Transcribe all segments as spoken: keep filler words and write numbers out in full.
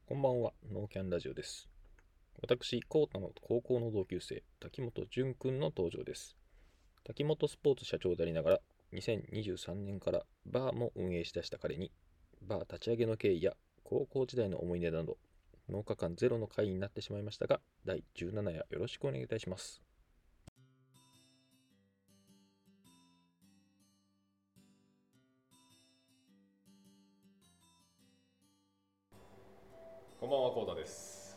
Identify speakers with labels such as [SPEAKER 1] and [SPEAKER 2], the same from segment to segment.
[SPEAKER 1] こんばんは、ノーキャンラジオです。私、コータの高校の同級生、滝本淳くんの登場です。滝本スポーツ社長でありながら、にせんにじゅうさんねんからバーも運営しだした彼に、バー立ち上げの経緯や高校時代の思い出など、のうかかんゼロの回になってしまいましたが、だいじゅうなな夜よろしくお願いいたします。こんばんは、コータです。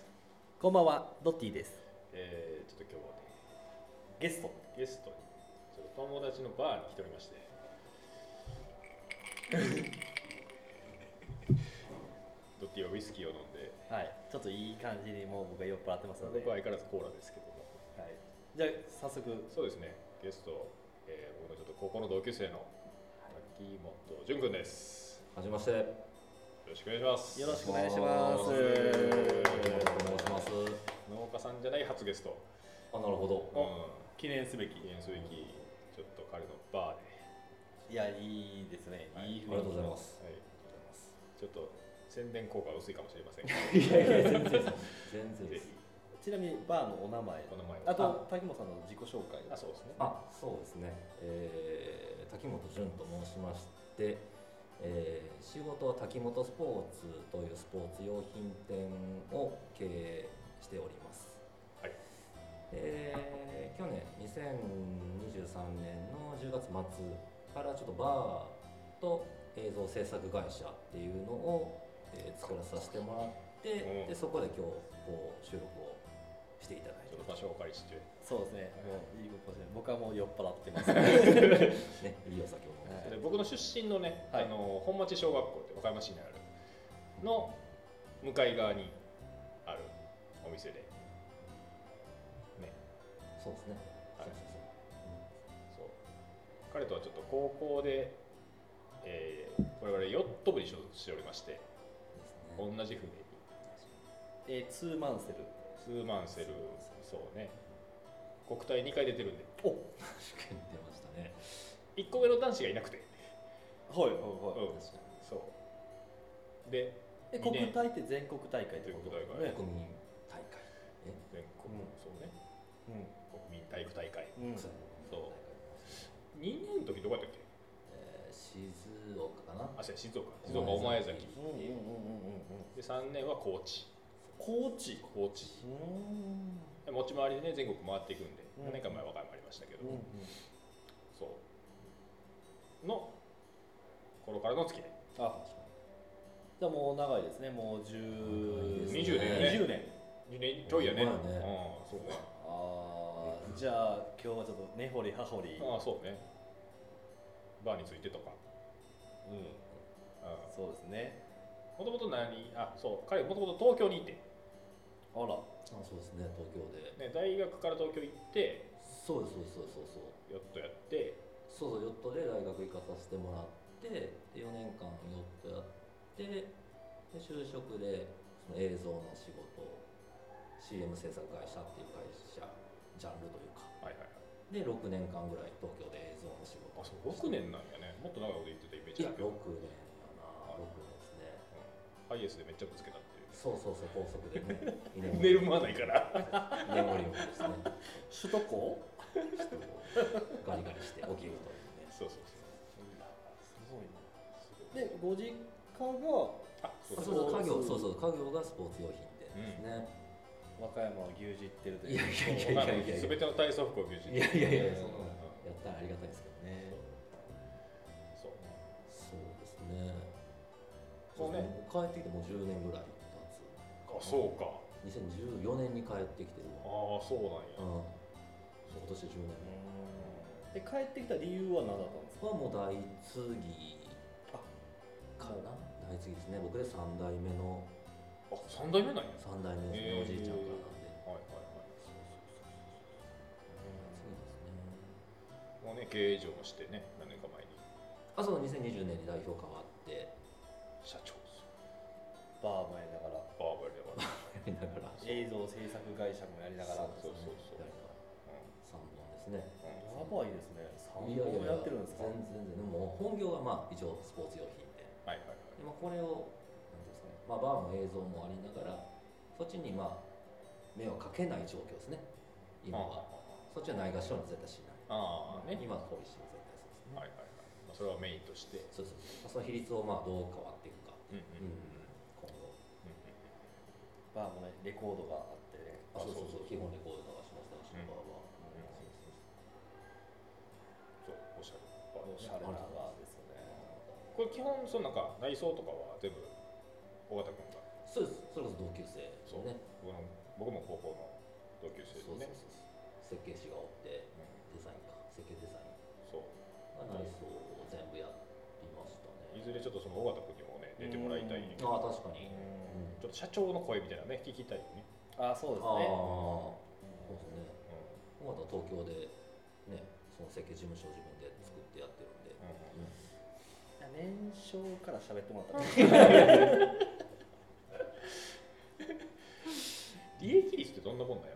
[SPEAKER 2] こんばんは、ドッティです。
[SPEAKER 1] えー、ちょっと今日はね、
[SPEAKER 2] ゲスト。
[SPEAKER 1] ゲストに、ちょっと友達のバーに来ておりまして、ドッティはウイスキーを飲んで、
[SPEAKER 2] はい、ちょっといい感じにもう僕は酔っ払ってますので。
[SPEAKER 1] 僕は相変わらずコーラですけども、
[SPEAKER 2] はい、じゃあ早速。
[SPEAKER 1] そうですね、ゲスト、えー、僕のちょっと高校の同級生の滝本淳君です。
[SPEAKER 3] はじめまして。よ
[SPEAKER 1] よろしくお願いします。
[SPEAKER 2] よろしくお願いします。
[SPEAKER 3] ろしくお願いします。
[SPEAKER 1] 農家さんじゃない初ゲスト。
[SPEAKER 3] あ、なるほど。
[SPEAKER 1] うん、
[SPEAKER 2] 記念すべき。
[SPEAKER 1] 記念すべき、ちょっと彼のバーで。
[SPEAKER 2] いや、いいですね。
[SPEAKER 1] はい、
[SPEAKER 2] いい
[SPEAKER 3] ありがとうございます。
[SPEAKER 1] はい、ちょっと宣伝効果は薄いかもしれませんが。
[SPEAKER 3] いやいや、全然です。全然です。
[SPEAKER 2] ちなみにバーのお名前、
[SPEAKER 1] お名前
[SPEAKER 2] あと滝本さんの自己紹介。
[SPEAKER 1] あ、そうですね。
[SPEAKER 3] あ、そうですね。えー、滝本淳と申しまして、えー、仕事は滝本スポーツというスポーツ用品店を経営しております。
[SPEAKER 1] はい。
[SPEAKER 3] えー、去年にせんにじゅうさんねんのじゅうがつまつからちょっとバーと映像制作会社っていうのを、えー、作らさせてもらって、うん、でそこで今日こう収録をしていただいて、
[SPEAKER 1] ちょっと場所をお借りして。
[SPEAKER 2] そうですね、もういいことですね。僕はもう酔っ払ってますね。
[SPEAKER 3] ね、いいお酒を飲んで、
[SPEAKER 1] はい、僕の出身のね、はい、あの本町小学校って和歌山市にあるの向かい側にあるお店でね。
[SPEAKER 3] そうですね、
[SPEAKER 1] はい、そうそうそう、そう彼とはちょっと高校で、えー、我々ヨット部に所属しておりまして、ね、同じ船に、
[SPEAKER 2] えー、ツーマンセル
[SPEAKER 1] ツーマンセル、そうね、国体にかい出てるんで。
[SPEAKER 3] お、確かに出ましたね。
[SPEAKER 1] いっこめの男子がいなくて、
[SPEAKER 2] はいはいはい、うん、
[SPEAKER 1] 確かにそうで、
[SPEAKER 2] え国体って全国大会ってこと
[SPEAKER 1] ですね。
[SPEAKER 3] 国民大会、
[SPEAKER 1] え全国、うん、そうね、うん、国民体育大会、うん、そう、にねんの時どこやったっけ、
[SPEAKER 3] えー、静岡かな。
[SPEAKER 1] あ、そうや、静岡、静岡お前崎で、さんねんは高知、
[SPEAKER 2] 高知
[SPEAKER 1] 高知うん、持ち回りでね全国回っていくんで、うん、何年か前和歌山ありましたけど、うんうん、そうの頃からの付き合い。
[SPEAKER 2] あ、確かに。じゃあもう長いですね。もうじゅう
[SPEAKER 1] にじゅうねんね。
[SPEAKER 2] にじゅうねん。
[SPEAKER 1] にねんちょいやね。
[SPEAKER 3] ね、
[SPEAKER 1] ああ、そうね。
[SPEAKER 2] ああ、じゃあ今日はちょっと根掘り葉掘り。
[SPEAKER 1] ああ、そうね。バーについてとか。
[SPEAKER 2] うん。ああ、そうですね。
[SPEAKER 1] もともと何、あ、そう、彼もともと東京にいて。
[SPEAKER 2] あら。あ、
[SPEAKER 3] そうですね、東京で。
[SPEAKER 1] ね、大学から東京行って。
[SPEAKER 3] そうですそうですそうですそうそう。
[SPEAKER 1] ヨットやって。
[SPEAKER 3] そうそう、ヨットで大学行かさせてもらって、でよねんかんヨットやって、で就職でその映像の仕事、シーエム 制作会社っていう会社、ジャンルというか。はいはいはい。でろくねんかんぐらい東京で映像の仕事。
[SPEAKER 1] あ、そう、ろくねんなんやね。もっと長いこと言ってたイメージだけど。
[SPEAKER 3] ろくねんやな、ろくねんですね。
[SPEAKER 1] ハイエースでめっちゃぶつけたっていう。
[SPEAKER 3] そうそうそう、高速でね。
[SPEAKER 1] 寝る間はないから。
[SPEAKER 3] 寝盛りもですね。
[SPEAKER 2] 首都高？
[SPEAKER 3] 首都高ガリガリして起きるというね。
[SPEAKER 1] そうそうそう。
[SPEAKER 2] すごいな。で、ご実家が、
[SPEAKER 3] あ、そうそう、家業、そうそう、家業がスポーツ用品店ですね。
[SPEAKER 2] 和歌山を牛耳ってるという。
[SPEAKER 3] いやいやいやいやいや。
[SPEAKER 1] すべての体操服を牛耳ってる。
[SPEAKER 3] いやいやいや、そんなやったらありがたいですけどね。
[SPEAKER 1] そう。
[SPEAKER 3] そうですね。
[SPEAKER 1] そうね。
[SPEAKER 3] 帰ってきてもうじゅうねんぐらい経つ。
[SPEAKER 1] あ、そうか。
[SPEAKER 3] にせんじゅうよねんに帰ってきてる
[SPEAKER 1] わ。ああ、そうなんや。
[SPEAKER 3] うん。今年じゅうねん。
[SPEAKER 2] で、帰ってきた理由は何だったんですか？
[SPEAKER 3] はもう代継ぎかな。代継ぎですね。僕でさんだいめの。
[SPEAKER 1] あ、さんだいめなんや。
[SPEAKER 3] さんだいめですね、おじいちゃんからなんで。はいはいはい。
[SPEAKER 1] そうそうそうそう。
[SPEAKER 3] 次です
[SPEAKER 1] ね。もうね、経営上もしてね、何年か前に。
[SPEAKER 3] あ、そう、にせんにじゅうねんに代表変わって。
[SPEAKER 1] 社長です。
[SPEAKER 2] バーもやりながら。
[SPEAKER 1] バーもやりながら。
[SPEAKER 2] 映像制作会社もやりながら。
[SPEAKER 1] そうそうそう。
[SPEAKER 3] さんぼんですね。
[SPEAKER 2] やばいですね。さんぼんもやってるんですか？
[SPEAKER 3] 全然全然。もう本業はまあ一応スポーツ用品で。
[SPEAKER 1] はいはいはい。
[SPEAKER 3] でもこれをなんですかね、 まあ、バーも映像もありながらそっちにまあ目をかけない状況ですね今は。そっちはないがしろに絶対しない。
[SPEAKER 1] ああね。
[SPEAKER 3] 今のポリシーは絶対そうですね。
[SPEAKER 1] はいはいはい。まあ、それはメインとして。
[SPEAKER 3] そうそうそう。その比率をまあどう変わっていくか。
[SPEAKER 1] うんうんうん。
[SPEAKER 3] 今後。
[SPEAKER 2] バーもねレコードがあってね。
[SPEAKER 3] あ、そうそうそう。基本レコード流しますね。うちのバーは。
[SPEAKER 1] そうおしゃれ。
[SPEAKER 2] おしゃれなバーですよね。
[SPEAKER 1] これ基本そのなんか内装とかは全部尾形君が。
[SPEAKER 3] そうです。それこそ同級生ですね。
[SPEAKER 1] 僕の僕も高校の同級生でね。
[SPEAKER 3] そうそうそう。設計士がおって、デザインか設計デザイン。
[SPEAKER 1] そう。
[SPEAKER 3] 内装を全部やりましたね。
[SPEAKER 1] いずれちょっとその尾形君にもね出てもらいたい。
[SPEAKER 3] ああ確かに。
[SPEAKER 1] ちょっと社長の声みたいなね聞きたいよね。
[SPEAKER 2] ああそうですね。
[SPEAKER 3] ああそうですね。尾形東京でねその設計事務所を自分で作ってやってるんで。
[SPEAKER 2] 年少から喋ってもらったら。
[SPEAKER 1] 利益率ってどんなもんだよ。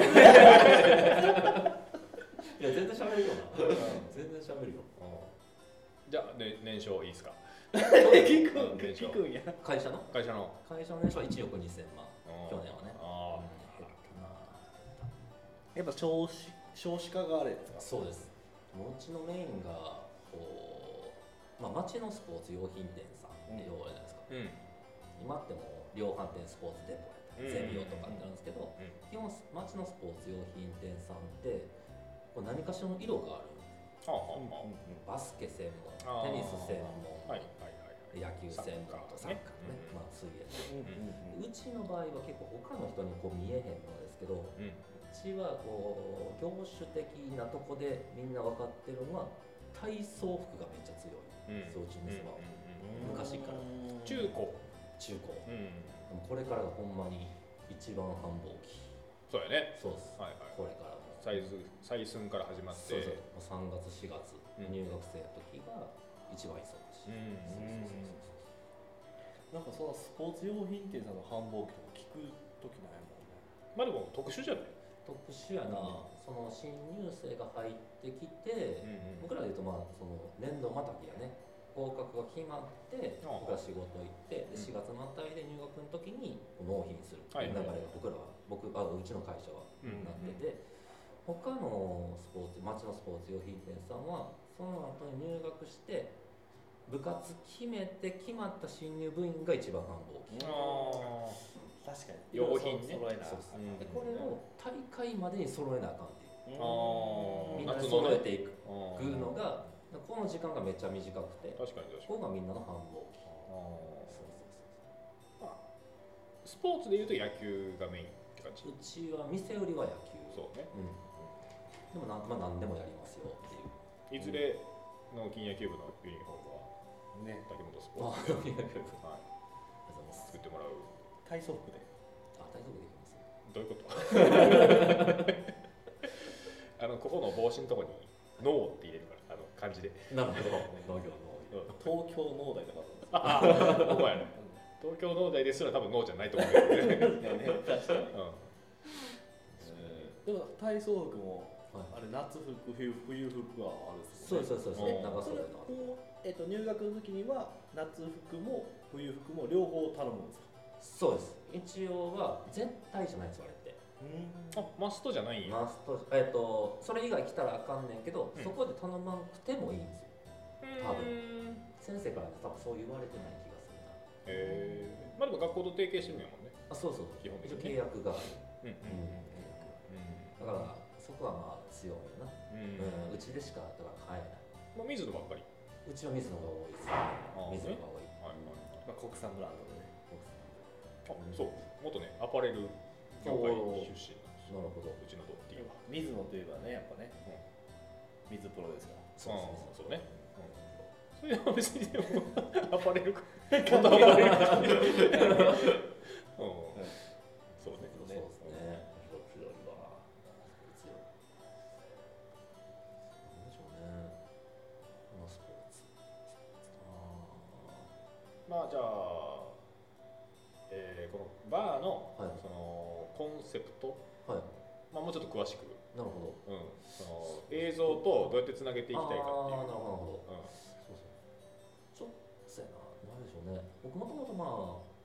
[SPEAKER 3] いや全然喋るよな。全然喋るよ。
[SPEAKER 1] じゃあ、ね、年商いいですか。
[SPEAKER 2] 聞くん聞くんや。
[SPEAKER 3] 会社の
[SPEAKER 1] 会社の
[SPEAKER 3] 会社の年商はいちおくにせんまん。去年はね。
[SPEAKER 1] あ
[SPEAKER 3] 減ったな。
[SPEAKER 2] やっぱ少子少子化があれですか。
[SPEAKER 3] そうです。もううちのメインがこうまあ町のスポーツ用品店さんってようあるじゃないですか。
[SPEAKER 1] うん。
[SPEAKER 3] 今ってもう量販店スポーツデポゼミオとかってあるんですけど、うん、基本町のスポーツ用品店さんってこう何かしらの色があるんです、はあはあ、バスケ専門、テニス専門、はいはいはい、野球専門とサッカーね、まあ、水泳、うんうん、うちの場合は結構他の人にこう見えへんのですけど、うん、うちはこう業種的なとこでみんな分かってるのは体操服がめっちゃ強い、うん、そうちの店は、うん、昔から
[SPEAKER 1] 中高
[SPEAKER 3] 中高、うんこれからがほんまに一番繁忙期。
[SPEAKER 1] そうやね。
[SPEAKER 3] そうです。はいはい。これから
[SPEAKER 1] 採寸から始まって。
[SPEAKER 3] そうそう。さんがつしがつ、うん、入学生の時が一番忙しい。うん。
[SPEAKER 2] なんかそのスポーツ用品店さんの繁忙期とか聞く時ないもんね。
[SPEAKER 1] まあでも特殊じゃない。
[SPEAKER 3] 特殊やな。うん、その新入生が入ってきて、うんうん、僕らで言うとまあその年度またぎやね。合格が決まって僕ら仕事行ってでしがつまたいで入学の時に納品するっていう流れが僕らは僕あうちの会社はなってて、他のスポーツ町のスポーツ用品店さんはその後に入学して部活決めて決まった新入部員が一番繁忙期。
[SPEAKER 2] あ確かに
[SPEAKER 1] 用品ね。
[SPEAKER 2] 揃えなあか
[SPEAKER 3] ん。でこれを大会までに揃えなあかんっていう。
[SPEAKER 1] あ
[SPEAKER 3] みんなで揃えていくのが。この時間がめっちゃ短くて
[SPEAKER 1] 確かに確かに
[SPEAKER 3] ここがみんなの繁忙期。
[SPEAKER 1] そうそうそうそう、まあ、スポーツでいうと野球がメインって感じ。
[SPEAKER 3] うちは店売りは野球。
[SPEAKER 1] そうね、うん、
[SPEAKER 3] でもなん、まあ、何でもやりますよっていう
[SPEAKER 1] いずれの金野球部のユニフォームはね竹本スポーツで、はい、作ってもらう
[SPEAKER 2] 体操服で
[SPEAKER 3] あ体操服できます
[SPEAKER 1] どういうことあのここの帽子のとこにノーって入れるからあの漢字で。
[SPEAKER 3] なるほど。農業
[SPEAKER 2] の東京農大とか
[SPEAKER 1] ああ、ここやね。東京農大ですら多分ノーじゃないと思うけどね。
[SPEAKER 2] 確かに。でも体操服もあれ夏服冬冬服はあるんですよね。
[SPEAKER 3] そうそうそうそう。長袖
[SPEAKER 2] の。えっと入学の時には夏服も冬服も両方頼むんですか。
[SPEAKER 3] そうです。一応は絶対じゃないですあれって。
[SPEAKER 1] あ、マストじゃないんや。
[SPEAKER 3] マスト、えっとそれ以外来たらあかんねんけど、うん、そこで頼まんくてもいいんですよ。多分。先生から多分そう言われてない気がするな。
[SPEAKER 1] へえ。まあでも学校と提携してるんやもんね。
[SPEAKER 3] あ、そうそう。
[SPEAKER 1] 基本的に
[SPEAKER 3] 契約がある。うんうん。
[SPEAKER 1] うん。
[SPEAKER 3] だからそこはまあ強みよな。うん。うちでしかだから買えない。
[SPEAKER 1] まあ水野ばっかり。
[SPEAKER 3] うちは水野が多いですね。水野が多い。はいはい。
[SPEAKER 2] まあ国産ブランドでね。
[SPEAKER 1] あ、そう。もっとねアパレル業界出身。
[SPEAKER 3] なるほど。
[SPEAKER 1] うちのドッティは。
[SPEAKER 2] 水野といえばねやっぱね。水プロですから。
[SPEAKER 1] そうそうね。それは別にでもアパレルか。アパレルか。うん。そうね。
[SPEAKER 3] そうですね。強いわ。強い。なんでしょうね。まあスポーツ。
[SPEAKER 1] まあじゃあ、えー、このバーの、
[SPEAKER 3] はい、
[SPEAKER 1] そのコンセプト、
[SPEAKER 3] はい、
[SPEAKER 1] まあもうちょっと詳しく。
[SPEAKER 3] なるほど。
[SPEAKER 1] うん。その映像とどうやってつなげていきたいかっていう。
[SPEAKER 3] ああ、なるほど。うん。そうそう。ちょっとやな、なんでしょうね。僕もともとまあ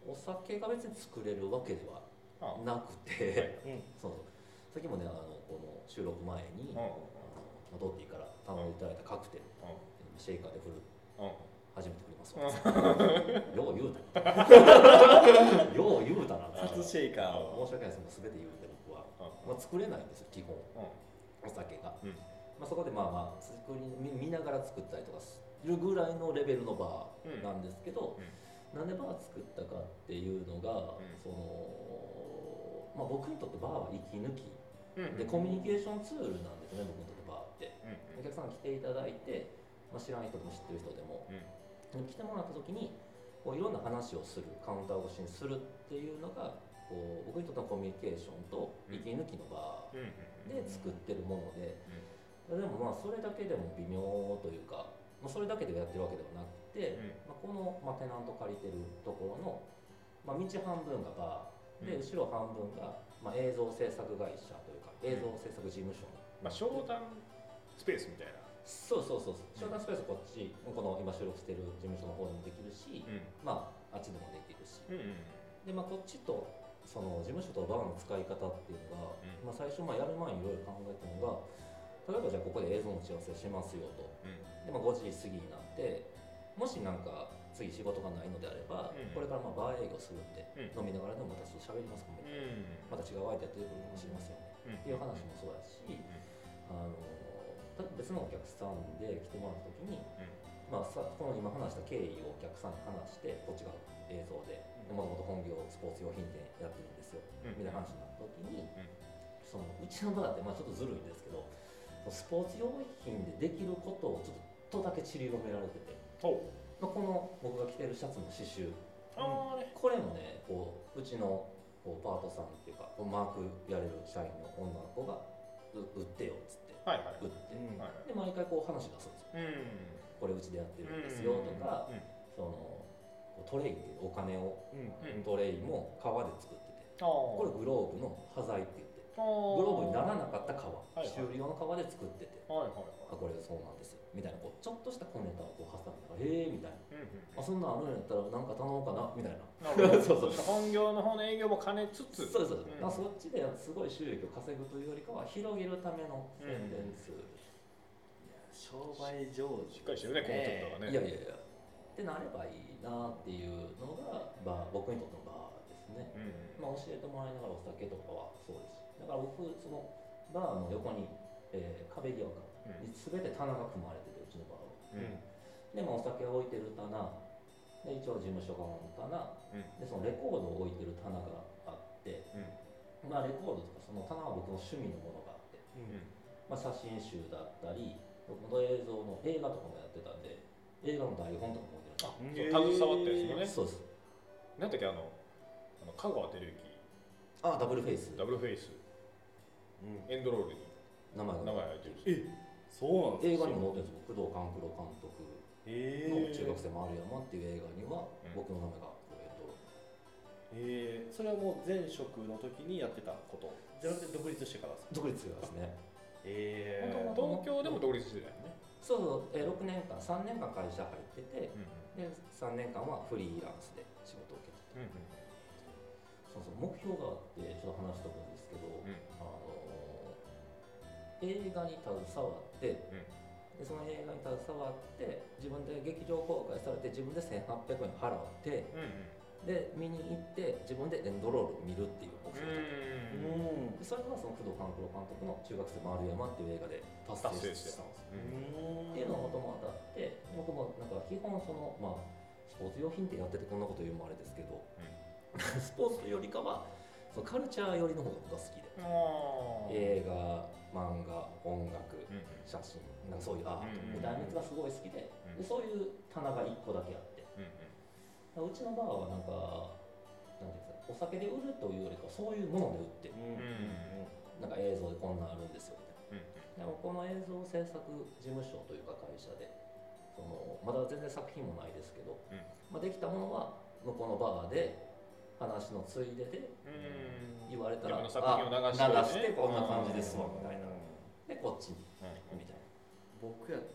[SPEAKER 3] お酒が別に作れるわけでは
[SPEAKER 1] あ
[SPEAKER 3] なくて、
[SPEAKER 2] うん
[SPEAKER 3] そうさっきもねあのこの収録前に、
[SPEAKER 1] うん
[SPEAKER 3] あのドッティから頼んでいただいたカクテル、シェイカーで振る
[SPEAKER 1] うん
[SPEAKER 3] 初めて振りますわよう言うたなよう言うたな
[SPEAKER 2] 初シェイカーを
[SPEAKER 3] 申し訳ないですもう全て言うて僕は、
[SPEAKER 1] う
[SPEAKER 3] まあ、作れないんですよ基本お酒が、
[SPEAKER 1] うん
[SPEAKER 3] まあ、そこでまあまあ作り見見ながら作ったりとかするぐらいのレベルのバーなんですけど、
[SPEAKER 1] うん
[SPEAKER 3] なんでバー作ったかっていうのが、
[SPEAKER 1] うん
[SPEAKER 3] そのまあ、僕にとってバーは息抜き
[SPEAKER 1] うん
[SPEAKER 3] でコミュニケーションツールなんですね僕にとってバーって
[SPEAKER 1] うん
[SPEAKER 3] お客さんが来ていただいて、まあ、知らない人でも知ってる人でも
[SPEAKER 1] うん
[SPEAKER 3] 来てもらった時にこういろんな話をするカウンター越しにするっていうのがこう僕にとってのコミュニケーションと息抜きのバーで作ってるもので、でもまあそれだけでも微妙というか、まあ、それだけでやってるわけではなくて、まあ、この、まあ、テナント借りてるところの、まあ、道半分がバーで後ろ半分が、まあ、映像制作会社というか映像制作事務所に、
[SPEAKER 1] まあ商談スペースみたいな
[SPEAKER 3] そうそうそう商談スペースこっちこの今収録してる事務所の方にもできるし、まああっちでもできるし、でまあこっちとその事務所とバーの使い方っていうのが、まあ、最初まあやる前にいろいろ考えたのが例えばじゃあここで映像の打ち合わせしますよと、でまあごじ過ぎになってもしなんか次仕事がないのであれば、
[SPEAKER 1] うん
[SPEAKER 3] これからまあバー営業するんで、
[SPEAKER 1] うん
[SPEAKER 3] 飲みながらでもまたちょっと喋りますかも、また違う相手やってくるかもしれませんよね、っていう話もそうやし、あのた別のお客さんで来てもらった時に、まあ、さこの今話した経緯をお客さんに話してこっちが映像でもともと本業スポーツ用品店やってるんですよ、みたいな話になった時に、そのうちのバーってまあちょっとずるいんですけどスポーツ用品でできることをちょっとだけ散りばめられてて、まあ、この僕が着てるシャツの刺繍
[SPEAKER 1] あれ
[SPEAKER 3] これもねこううちのこうパートさんっていうかマークやれる社員の女の子がう売ってよっつって
[SPEAKER 1] はいはい
[SPEAKER 3] 売って、
[SPEAKER 2] うん
[SPEAKER 1] はい
[SPEAKER 3] で毎回こう話出すんですよ、
[SPEAKER 1] うん
[SPEAKER 3] これうちでやってるんですよとか、
[SPEAKER 1] うん
[SPEAKER 3] そのトレイっていうお金を
[SPEAKER 2] うん
[SPEAKER 1] うん
[SPEAKER 3] トレイも革で作ってて、
[SPEAKER 1] あー
[SPEAKER 3] これグローブの端材って言って
[SPEAKER 1] あー
[SPEAKER 3] グローブにならなかった革、
[SPEAKER 1] いはい
[SPEAKER 3] 修理用の革で作ってて、
[SPEAKER 1] はいはい
[SPEAKER 3] あこれそうなんですよみたいなこうちょっとした小ネタをこう挟んだらえーみたいな、
[SPEAKER 1] うんうん
[SPEAKER 3] あそんなんあるんやったらなんか頼もうかなみたいな
[SPEAKER 1] なるほど
[SPEAKER 3] そうそう
[SPEAKER 1] 本業の方の営業も兼ねつつ
[SPEAKER 3] そうですそうです、
[SPEAKER 1] うん
[SPEAKER 3] まあ、そっちですごい収益を稼ぐというよりかは広げるための宣伝ツール、
[SPEAKER 2] 商売上手
[SPEAKER 1] しっかりしてるねコンセプトがね
[SPEAKER 3] いやいやいやってなればいいなっていうのがバー僕にとってのバーですね、
[SPEAKER 1] うん
[SPEAKER 3] まあ、教えてもらいながらお酒とかはそうですしだから僕そのバーの横に、えー壁際かに全て棚が組まれててうちのバーは
[SPEAKER 1] うん
[SPEAKER 3] で、まあ、お酒を置いてる棚で一応事務所側の棚
[SPEAKER 1] うん
[SPEAKER 3] でそのレコードを置いてる棚があって
[SPEAKER 1] うん
[SPEAKER 3] まあレコードとかその棚は僕の趣味のものがあって、
[SPEAKER 2] うん
[SPEAKER 3] まあ、写真集だったり僕の映像の映画とかもやってたんで映画の台本とかも置いてるんです
[SPEAKER 1] あそう携わったやつのね
[SPEAKER 3] そうです
[SPEAKER 1] なんだっけあのあの香川照之
[SPEAKER 3] あダブルフェイス
[SPEAKER 1] ダブルフェイス
[SPEAKER 2] うん
[SPEAKER 1] エンドロールに
[SPEAKER 3] 名前が
[SPEAKER 1] 名前入ってる
[SPEAKER 2] えそうなんですか
[SPEAKER 3] 映画にも載ってるんですよ工藤官九郎監督
[SPEAKER 2] え
[SPEAKER 3] の中学生丸山っていう映画には
[SPEAKER 1] うん
[SPEAKER 3] 僕の名前がこうエンドロ
[SPEAKER 2] えー、
[SPEAKER 3] ール
[SPEAKER 2] それはもう前職の時にやってたことじゃなくて独立してからですか
[SPEAKER 3] 独立がですね
[SPEAKER 2] え
[SPEAKER 3] ー
[SPEAKER 1] 東京でも独立してたよね
[SPEAKER 3] そうそう、えー、ろくねんかんさんねんかん会社入ってて
[SPEAKER 1] うん
[SPEAKER 3] でさんねんかんはフリーランスで仕事を受けてて
[SPEAKER 1] うん
[SPEAKER 3] そうそう目標があってちょっと話しとくんですけど、
[SPEAKER 1] うん
[SPEAKER 3] あのー映画に携わって、
[SPEAKER 1] うん
[SPEAKER 3] でその映画に携わって自分で劇場公開されて自分でせんはっぴゃくえん払って
[SPEAKER 1] うん
[SPEAKER 3] で見に行って自分でエンドロールを見るっていう目標だった
[SPEAKER 1] うん
[SPEAKER 2] うん
[SPEAKER 3] でそれがその工藤官九郎監督の中学生丸山っていう映画で達成したんですよ
[SPEAKER 1] うん
[SPEAKER 3] っていうのがもともとあって僕もなんか基本そのまあスポーツ用品店やっててこんなこと言うのもあれですけど、スポーツよりかはそのカルチャー寄りの方が僕は好きで、
[SPEAKER 1] あー
[SPEAKER 3] 映画漫画音楽
[SPEAKER 1] うん
[SPEAKER 3] 写真なんかそういうアート
[SPEAKER 1] うん
[SPEAKER 3] みたいなやつがすごい好きで,、
[SPEAKER 1] うん
[SPEAKER 3] でそういう棚がいっこだけあって
[SPEAKER 1] うん
[SPEAKER 3] うちのバーはなんかなんていうんですかお酒で売るというよりかそういうもので売って
[SPEAKER 2] うん
[SPEAKER 3] なんか映像でこんなんあるんですよみたい
[SPEAKER 1] うん
[SPEAKER 3] な。でもこの映像制作事務所というか会社でそのまだ全然作品もないですけど、
[SPEAKER 1] うん
[SPEAKER 3] まあ、できたものは向こうのバーで話のついでで
[SPEAKER 1] うん
[SPEAKER 3] 言われたら
[SPEAKER 1] 自分の作品を流してね
[SPEAKER 3] あ流してこんな感じですわみたいなでこっちに
[SPEAKER 1] うん
[SPEAKER 3] みたいな
[SPEAKER 2] 僕やったらもう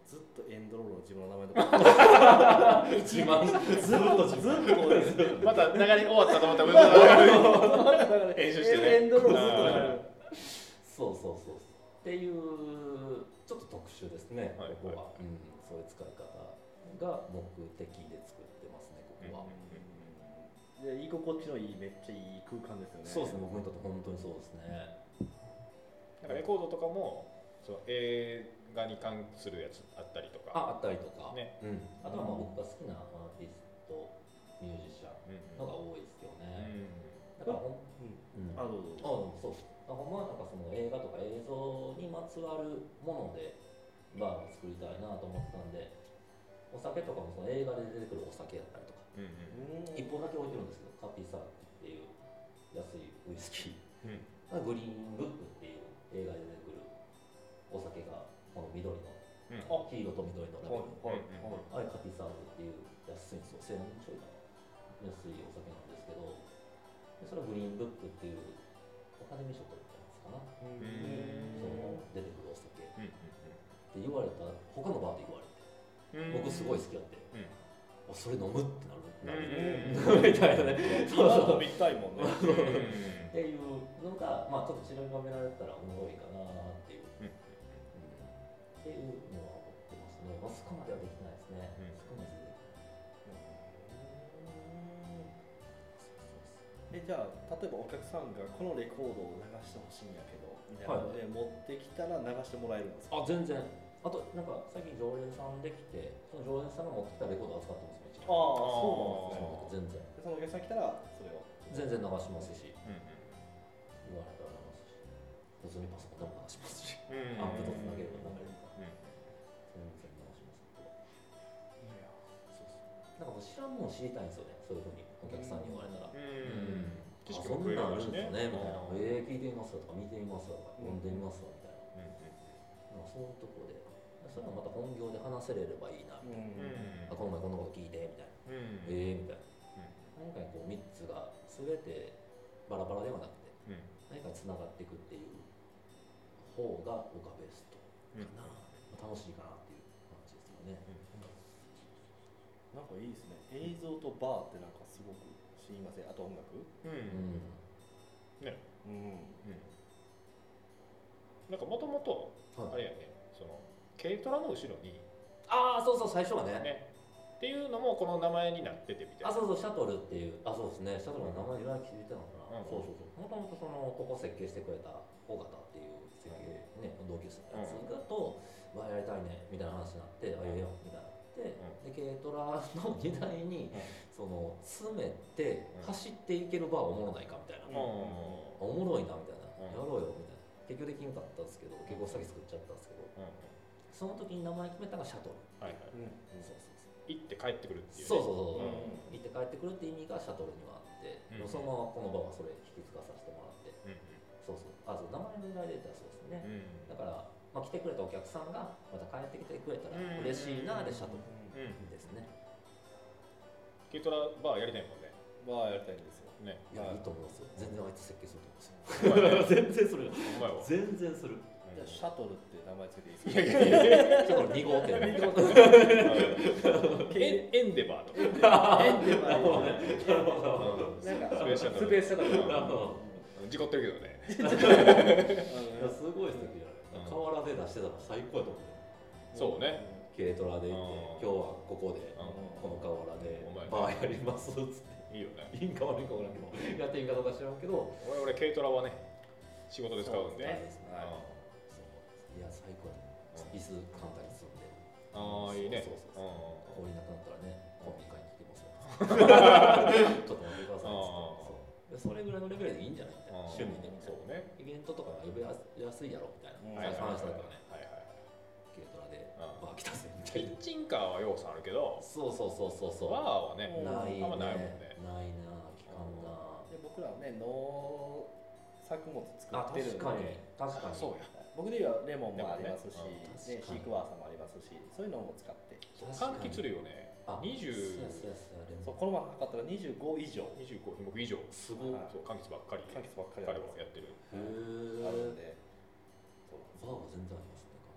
[SPEAKER 2] ずっとエンドロールの自分の名前とか
[SPEAKER 3] 一番ずっと自分
[SPEAKER 2] ずっとこうです
[SPEAKER 1] また流れ終わったと思ったら編集してね
[SPEAKER 2] エンドロールずっと流れる
[SPEAKER 3] そうそうそうっていうちょっと特殊ですね、
[SPEAKER 1] はい
[SPEAKER 3] ここは、
[SPEAKER 1] はい
[SPEAKER 3] うん、そういう使い方が目的で作ってますね、ここは、
[SPEAKER 2] で居心地のいいめっちゃいい空間ですよね。
[SPEAKER 3] そうですね、僕にとって本当にそうですね。
[SPEAKER 1] なんかレコードとかもその映画に関するやつあったりとか
[SPEAKER 3] あ、あったりとか、
[SPEAKER 1] ね、
[SPEAKER 3] うん、あとはまあ僕が好きなアーティスト、ミュージシャンのが多いですよね。だからほん、うん、
[SPEAKER 2] あ、どうぞ。
[SPEAKER 3] あ、そうです。ほんまはなんかその映画とか映像にまつわるものでバーを作りたいなと思ってたんで、お酒とかもその映画で出てくるお酒やったりとか、
[SPEAKER 1] うんうん
[SPEAKER 3] 一本だけ置いてるんですけど、カピサーっていう安いウイスキー、
[SPEAKER 1] うん
[SPEAKER 3] グリーンブックっていう映画で出てくるお酒がこの緑の、
[SPEAKER 1] うん
[SPEAKER 3] 黄色と緑のラベル、
[SPEAKER 2] はいはいはい。
[SPEAKER 3] あれカピサールっていう安いんですよ、せんえんちょいかな、安いお酒なんですけど、でそれはグリーンブックっていうアカデミー賞取ったやつかな、
[SPEAKER 1] うん
[SPEAKER 3] その出てくるお酒っ
[SPEAKER 1] うん
[SPEAKER 3] て言われた他のバーで言われて、
[SPEAKER 1] うん
[SPEAKER 3] 僕すごい好きやって、
[SPEAKER 1] うん
[SPEAKER 3] あそれ飲むってなるなる
[SPEAKER 1] うん
[SPEAKER 3] みたいなね、そうそう
[SPEAKER 2] 今飲みたいもんね。
[SPEAKER 3] っていうのが、まあ、ちょっと散りばめられたらおもろいかなっていう、
[SPEAKER 1] うん
[SPEAKER 3] うんっていうのは思ってますね。まあ、そこまではできないですね。
[SPEAKER 1] うん
[SPEAKER 3] そこまでで
[SPEAKER 2] え、じゃあ例えばお客さんがこのレコードを流してほしいんやけどみたいなので持ってきたら流してもらえるんですか。
[SPEAKER 3] あ、全然。あとなんか最近常連さんできて、その常連さんが持ってきたレコードを扱ってますめっちゃ。
[SPEAKER 2] ああ、そうなんですね。
[SPEAKER 3] 全然
[SPEAKER 2] でそのお客さん来たらそれを
[SPEAKER 3] 全然流しますし、
[SPEAKER 1] うん
[SPEAKER 3] 言われたら流すし、普通にパソコンでも流しますし、
[SPEAKER 1] うん
[SPEAKER 3] アンプとつなげれば流れるから
[SPEAKER 1] うん
[SPEAKER 3] 全然流します。なんかもう知らんもん知りたいんですよね、そういうふうにお客さんに言われたら。
[SPEAKER 1] うん知識
[SPEAKER 3] あ、そん
[SPEAKER 1] も増え
[SPEAKER 3] なんあるん
[SPEAKER 1] るしね
[SPEAKER 3] ですねみたいな、
[SPEAKER 1] うん
[SPEAKER 3] えー、聞いてみますわとか見てみますわとか
[SPEAKER 2] うん
[SPEAKER 3] 読んでみますわみたいな、まあ、そういうとこでそれはまた本業で話せれればいいなみたいな、あこの前こんなこと聞いてみたいな、
[SPEAKER 1] うん
[SPEAKER 3] えーみたいな、何かにこうみっつが全てバラバラではなくて
[SPEAKER 1] うん
[SPEAKER 3] 何かにつながっていくっていう方が僕はベストかな、まあ楽しいかなっていう感じですよね。
[SPEAKER 2] なんかいいですね。映像とバーってなんかすごく知りません。あと音楽。
[SPEAKER 1] うん
[SPEAKER 3] うん
[SPEAKER 1] ね
[SPEAKER 2] うん。
[SPEAKER 1] なんかもともとあ
[SPEAKER 3] はい、
[SPEAKER 1] れやねその軽トラの後ろに
[SPEAKER 3] ああそうそう最初はね
[SPEAKER 1] ねっていうのもこの名前になっててみたいな。
[SPEAKER 3] あ、そうそう、シャトルっていう、あ、そうですね、シャトルの名前由来聞いてたのかな、
[SPEAKER 1] うん
[SPEAKER 3] そうそうそう、もともとその、ここ設計してくれた尾形っていう設計、ね、同級生のやつがと、わ、やりたいね、みたいな話になって、あ、いいよ、みたいになって、で、軽トラの荷台に、その、詰めて、走っていけるバーおもろないか、みたいな、おもろいな、みたいな、やろうよ、みたいな。結局できなかったんですけど、結構先作っちゃったんですけど、その時に名前決めたのがシャトル。
[SPEAKER 1] はいはい
[SPEAKER 2] うん。
[SPEAKER 3] そうそうそう。
[SPEAKER 1] 行って帰ってくるっていうね。
[SPEAKER 3] そうそうそう、
[SPEAKER 1] うん
[SPEAKER 3] 行って帰ってくるって意味がシャトルにはあって、
[SPEAKER 1] うん
[SPEAKER 3] そのままこの場はそれ引き継がさせてもらって、
[SPEAKER 1] うん
[SPEAKER 3] そうそう、あ、そう名前の由来で言ったらそうですね、
[SPEAKER 1] うん
[SPEAKER 3] だから、まあ、来てくれたお客さんがまた帰ってきてくれたら
[SPEAKER 1] うん
[SPEAKER 3] 嬉しいなでシャトル
[SPEAKER 1] うん
[SPEAKER 3] ですね、
[SPEAKER 1] 軽トラバーやりたいもんね。
[SPEAKER 2] バーやりたいんですよ。
[SPEAKER 1] ね。
[SPEAKER 3] いや、
[SPEAKER 2] はい
[SPEAKER 3] いいと思いますよ、全然あいつ設計すると思
[SPEAKER 1] お前
[SPEAKER 3] いますよ全然するよ
[SPEAKER 1] お前は。
[SPEAKER 3] 全然する
[SPEAKER 2] じゃあシャトルって名前つけていいです
[SPEAKER 1] い
[SPEAKER 2] か。
[SPEAKER 1] やいやいや。
[SPEAKER 3] シャトルに号店
[SPEAKER 1] エンエンデバーとか。
[SPEAKER 2] エンデバー
[SPEAKER 1] うん
[SPEAKER 2] なんか
[SPEAKER 1] スペースシャトル
[SPEAKER 2] スペースシャトル。
[SPEAKER 1] うん事故ってるけどね。
[SPEAKER 3] いやすごい素敵じゃない、河原で出してたら最高やと思う
[SPEAKER 1] そうね。
[SPEAKER 3] 軽トラで行って、
[SPEAKER 1] うん
[SPEAKER 3] 今日はここで、
[SPEAKER 1] う
[SPEAKER 3] この河原で
[SPEAKER 1] お前ね
[SPEAKER 3] バーやりますっつって
[SPEAKER 1] いいよね。
[SPEAKER 3] いいんか悪いんか分からんけどやっていいかどうか知らんけど
[SPEAKER 1] 俺俺軽トラはね仕事で使うんで。
[SPEAKER 3] 大事ですね
[SPEAKER 1] うん
[SPEAKER 3] そういや最高やと思う椅子簡単に積んで
[SPEAKER 1] ああいいね。
[SPEAKER 3] そうそうそう
[SPEAKER 1] う
[SPEAKER 3] 氷なくなったらねコンビニ買いに来てますよちょっと待ってくださいっつってそうでそれぐらいのレベルでいいんじゃないみたいな
[SPEAKER 1] うん
[SPEAKER 3] 趣味でみたい
[SPEAKER 1] そうね。
[SPEAKER 3] なイベントとかが呼びやすいやろみたい
[SPEAKER 2] うん
[SPEAKER 3] な最初話したからね
[SPEAKER 1] はいはい。
[SPEAKER 3] 軽トラで
[SPEAKER 1] うん
[SPEAKER 3] バー来たぜみた
[SPEAKER 1] キ
[SPEAKER 3] いな
[SPEAKER 1] ッチンカーは要素あるけど、
[SPEAKER 3] そうそうそうそうそう
[SPEAKER 1] バーはね、
[SPEAKER 3] ないね
[SPEAKER 1] あんまないもんね。
[SPEAKER 3] ないな聞かんな
[SPEAKER 2] で僕らはね農作物作
[SPEAKER 3] あ
[SPEAKER 2] ってるんで。
[SPEAKER 3] 確かに確かに
[SPEAKER 1] そうや。
[SPEAKER 2] 僕で言えばレモンもありますし、
[SPEAKER 1] レモン
[SPEAKER 2] ね
[SPEAKER 3] ね
[SPEAKER 2] シークワーサーもありますし、そういうのも使って。
[SPEAKER 1] 柑橘類をね、
[SPEAKER 3] あ
[SPEAKER 1] にじゅう、
[SPEAKER 3] そうやそうやそうやレモン
[SPEAKER 2] そうこの前測ったらにじゅうご以上
[SPEAKER 1] にじゅうご品目以上、
[SPEAKER 3] すごい
[SPEAKER 2] はい
[SPEAKER 1] そう柑橘ばっかり、
[SPEAKER 2] 柑橘ばっかり
[SPEAKER 1] 彼はやってる。
[SPEAKER 3] へ
[SPEAKER 2] あるん
[SPEAKER 3] ー
[SPEAKER 2] で。そう
[SPEAKER 3] バーは全然ありますね
[SPEAKER 1] うん
[SPEAKER 2] そ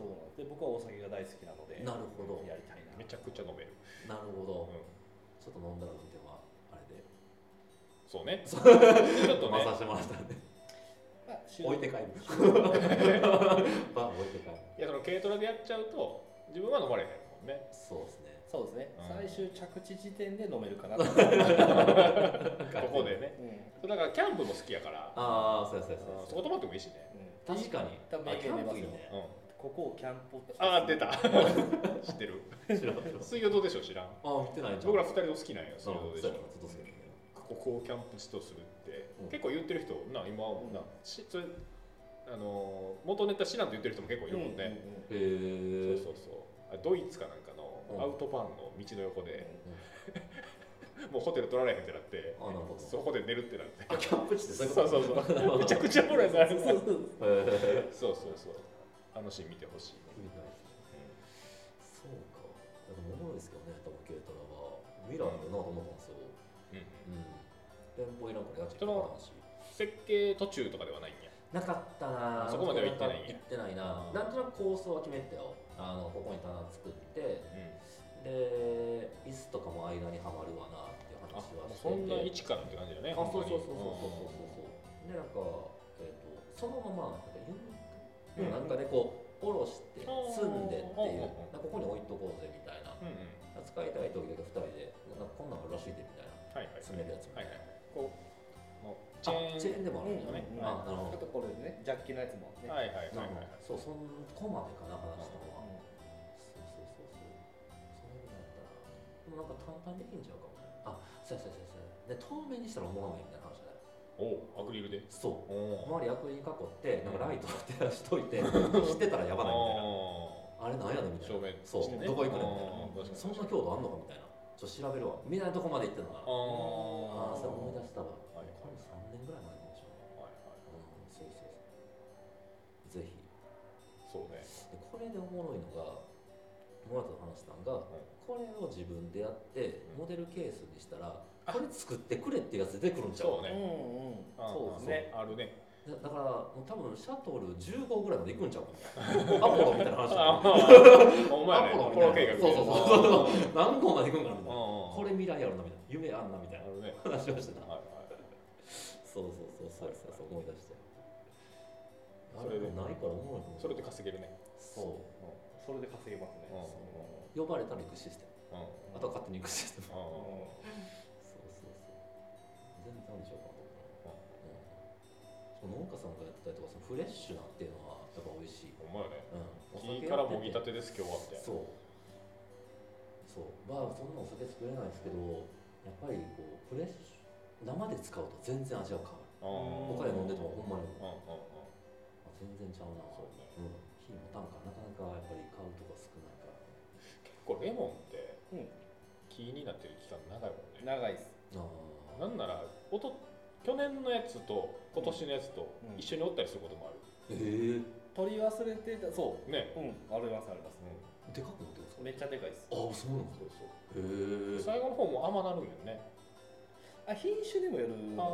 [SPEAKER 2] そうなんです。で僕はお酒が大好きなので
[SPEAKER 3] なるほど
[SPEAKER 2] やりたいな。
[SPEAKER 1] めちゃくちゃ飲める。
[SPEAKER 3] なるほど、
[SPEAKER 1] うん、
[SPEAKER 3] ちょっと飲んだら運転はあれで
[SPEAKER 1] そうね。ちょっとね。
[SPEAKER 3] 回させてもらったんで
[SPEAKER 2] まあ、
[SPEAKER 3] 置いて帰るバー置いて帰る。
[SPEAKER 1] いやその軽トラでやっちゃうと自分は飲まれへんもんね。
[SPEAKER 3] そうですね。
[SPEAKER 2] そうですね、
[SPEAKER 1] うん
[SPEAKER 2] 最終着地時点で飲めるかなと
[SPEAKER 1] ここでね。
[SPEAKER 2] うん
[SPEAKER 1] だからキャンプも好きやから、
[SPEAKER 3] ああ、そうやそうやそうや
[SPEAKER 1] そこ泊まってもいいしね。
[SPEAKER 2] うん
[SPEAKER 3] 確かに。
[SPEAKER 2] 多分名言出ますよ、
[SPEAKER 3] ね。
[SPEAKER 1] うん。
[SPEAKER 2] ここをキャンプ
[SPEAKER 1] ああ出た。知ってる。
[SPEAKER 3] 知らん知らん
[SPEAKER 1] 水曜どうでしょう知らん。
[SPEAKER 3] ああ、見てないじゃん。
[SPEAKER 1] 僕ら二人と好きなんよ。水曜どうでしょう。
[SPEAKER 3] そうやな、ずっと好きだけど。
[SPEAKER 1] ここをキャンプ地とするって、
[SPEAKER 3] うん
[SPEAKER 1] 結構言ってる人な今
[SPEAKER 2] うん
[SPEAKER 1] なしそれあの元ネタ知らんと言ってる人も結構いるもんね。
[SPEAKER 2] うんうん
[SPEAKER 3] へえ。
[SPEAKER 1] そうそうそう。あドイツかなんかの
[SPEAKER 3] うん
[SPEAKER 1] アウトバーンの道の横で、
[SPEAKER 3] うん
[SPEAKER 1] もうホテル取られへんってなって、
[SPEAKER 3] あ、なるほど。
[SPEAKER 1] そこで寝るってなって。
[SPEAKER 3] あ、キャンプ地ってそういう
[SPEAKER 1] そ
[SPEAKER 3] こと
[SPEAKER 1] うそうそう。めちゃくちゃおもろいな。そう
[SPEAKER 2] そうそう
[SPEAKER 3] へえ。
[SPEAKER 1] そうそう。あのシーン見てほしい。
[SPEAKER 3] みたいですね。そうか。でもおもろいですけどね、多分軽トラは。未来あるなと思ったんですよ。
[SPEAKER 1] うん。
[SPEAKER 3] うん。店舗いらんから家賃かからんし。
[SPEAKER 1] 設計途中とかではないんや。
[SPEAKER 3] なかったな。
[SPEAKER 1] そこまでは行ってないんや
[SPEAKER 3] 行ってないな。
[SPEAKER 1] うん
[SPEAKER 3] なんとなく構想は決めてたよ。あのここに棚作って、
[SPEAKER 1] うん。
[SPEAKER 3] で椅子とかも間にはまるわなっていう
[SPEAKER 1] あ、
[SPEAKER 3] 話は
[SPEAKER 1] もう
[SPEAKER 3] してて。
[SPEAKER 1] そんな一からって感じだね。
[SPEAKER 3] あ、そうそうそう
[SPEAKER 1] ほんまに
[SPEAKER 3] そうそうそうそう。でなんかえっ、とそのままなんかユニットなんかでこう下ろして積んでっていう、
[SPEAKER 1] うん
[SPEAKER 3] なんかここに置いとこうぜみたいな。
[SPEAKER 1] うんうん。
[SPEAKER 3] 使いたい時だけふたりでなんかこんなんあるらしいでみたいな
[SPEAKER 1] はいはい。
[SPEAKER 3] 詰めるやつみたいな。
[SPEAKER 1] はいはい。こう、もうチ
[SPEAKER 3] あ、チェーン
[SPEAKER 1] ェーン。
[SPEAKER 3] でもあるんだね。
[SPEAKER 2] うんうん
[SPEAKER 3] あ、なるほ
[SPEAKER 2] あとこれでねジャッキのやつもね、
[SPEAKER 1] はいはい
[SPEAKER 3] ど。
[SPEAKER 1] はいはい。
[SPEAKER 3] そう、そんこまでかな話したのは。
[SPEAKER 2] う
[SPEAKER 3] そうそうそうそう。そういうのやったら、でもなんか簡単にできんちゃうかもね。あ、そうやそうやそうやそうや。で、透明にしたらおもろないみたいな話だよ。
[SPEAKER 1] おお、アクリルで。
[SPEAKER 3] そう。
[SPEAKER 1] おお。
[SPEAKER 3] 周りアクリルに囲って、なんかライトを照らしといて、してたらやばないみたいな。あれなんやねんみたいな。
[SPEAKER 1] 照明
[SPEAKER 3] そう、
[SPEAKER 1] してね
[SPEAKER 3] どこ行くねん
[SPEAKER 1] あー
[SPEAKER 3] みたいな。
[SPEAKER 1] 確かに
[SPEAKER 3] そんな強度あんのかみたいな。ちょっと調べるわ。みたいなとこまで行ってんのかな。ああ、
[SPEAKER 1] あ
[SPEAKER 3] それ思い出したわ。
[SPEAKER 1] はい
[SPEAKER 3] これさんねんぐらい前なんでしょうね。
[SPEAKER 1] はいはい。
[SPEAKER 3] うん、そうそうそう。ぜひ。
[SPEAKER 1] そうね。
[SPEAKER 3] でこれでおもろいのが、モラと話したんが、これを自分でやって、モデルケースにしたら、これ作ってくれっていうやつ出てくるんちゃう
[SPEAKER 1] そうね
[SPEAKER 2] んうん
[SPEAKER 1] あー
[SPEAKER 2] そうですね
[SPEAKER 1] あるね。
[SPEAKER 3] だだから、もう多分シャトルじゅうごうぐらいまで行くんちゃうかな。アポロみたいな話だ
[SPEAKER 1] あ
[SPEAKER 3] った。
[SPEAKER 1] あ、お前ね。
[SPEAKER 3] ア
[SPEAKER 1] アポロ計画。
[SPEAKER 3] そうそうそうそう。何号まで行くんかなみたいな。
[SPEAKER 1] こ
[SPEAKER 3] これ未来あるなみたいな。夢あんなみたいな
[SPEAKER 1] あるね。
[SPEAKER 3] 話をしてた。
[SPEAKER 1] はいはい。
[SPEAKER 3] そうそうそうそうそうそう思い出して。あ
[SPEAKER 1] それで
[SPEAKER 3] れもないからおもろいと思う。
[SPEAKER 1] それで稼げるね。
[SPEAKER 3] そう。
[SPEAKER 2] それで稼げますね、
[SPEAKER 1] うん
[SPEAKER 3] 呼ばれたら行くシステム。
[SPEAKER 1] うん。
[SPEAKER 3] あとは勝手に行くシステム。
[SPEAKER 1] あ
[SPEAKER 3] そうそうそう。全然あるでしょうかと思う。うん。その農家さんがやってたりとか、そのフレッシュなっていうのはやっぱ美味しい。
[SPEAKER 1] ほんまやね。
[SPEAKER 3] うん。
[SPEAKER 1] 木からもぎたてです今日はみたいな。
[SPEAKER 3] そう。そう。まあそんなお酒作れないですけど、やっぱりこうフレッシュ生で使うと全然味が変わる。
[SPEAKER 1] あー
[SPEAKER 3] 他で飲んでてもほんまに
[SPEAKER 1] うんうんうん。
[SPEAKER 3] あ全然ちゃうな。
[SPEAKER 1] そうね。
[SPEAKER 3] うん。火もたんかなかなかやっぱり買うとか少ないから。
[SPEAKER 1] 結構レモンって
[SPEAKER 2] うん
[SPEAKER 1] 木になってる期間長いもんね。
[SPEAKER 2] 長いです
[SPEAKER 3] ああ。
[SPEAKER 1] なんならおと去年のやつと今年のやつと
[SPEAKER 2] うん
[SPEAKER 1] 一緒におったりすることもある。
[SPEAKER 3] ええ
[SPEAKER 2] 取り忘れてたそう
[SPEAKER 1] ね。
[SPEAKER 2] うんありますあります
[SPEAKER 3] でかくなってるんですか。
[SPEAKER 2] めっちゃでかいです
[SPEAKER 3] ああ、そうなんですか。
[SPEAKER 1] そうそう。
[SPEAKER 3] へえ。
[SPEAKER 1] 最後の方も甘なるんよね。
[SPEAKER 2] あ品種にもよるのかな
[SPEAKER 3] あ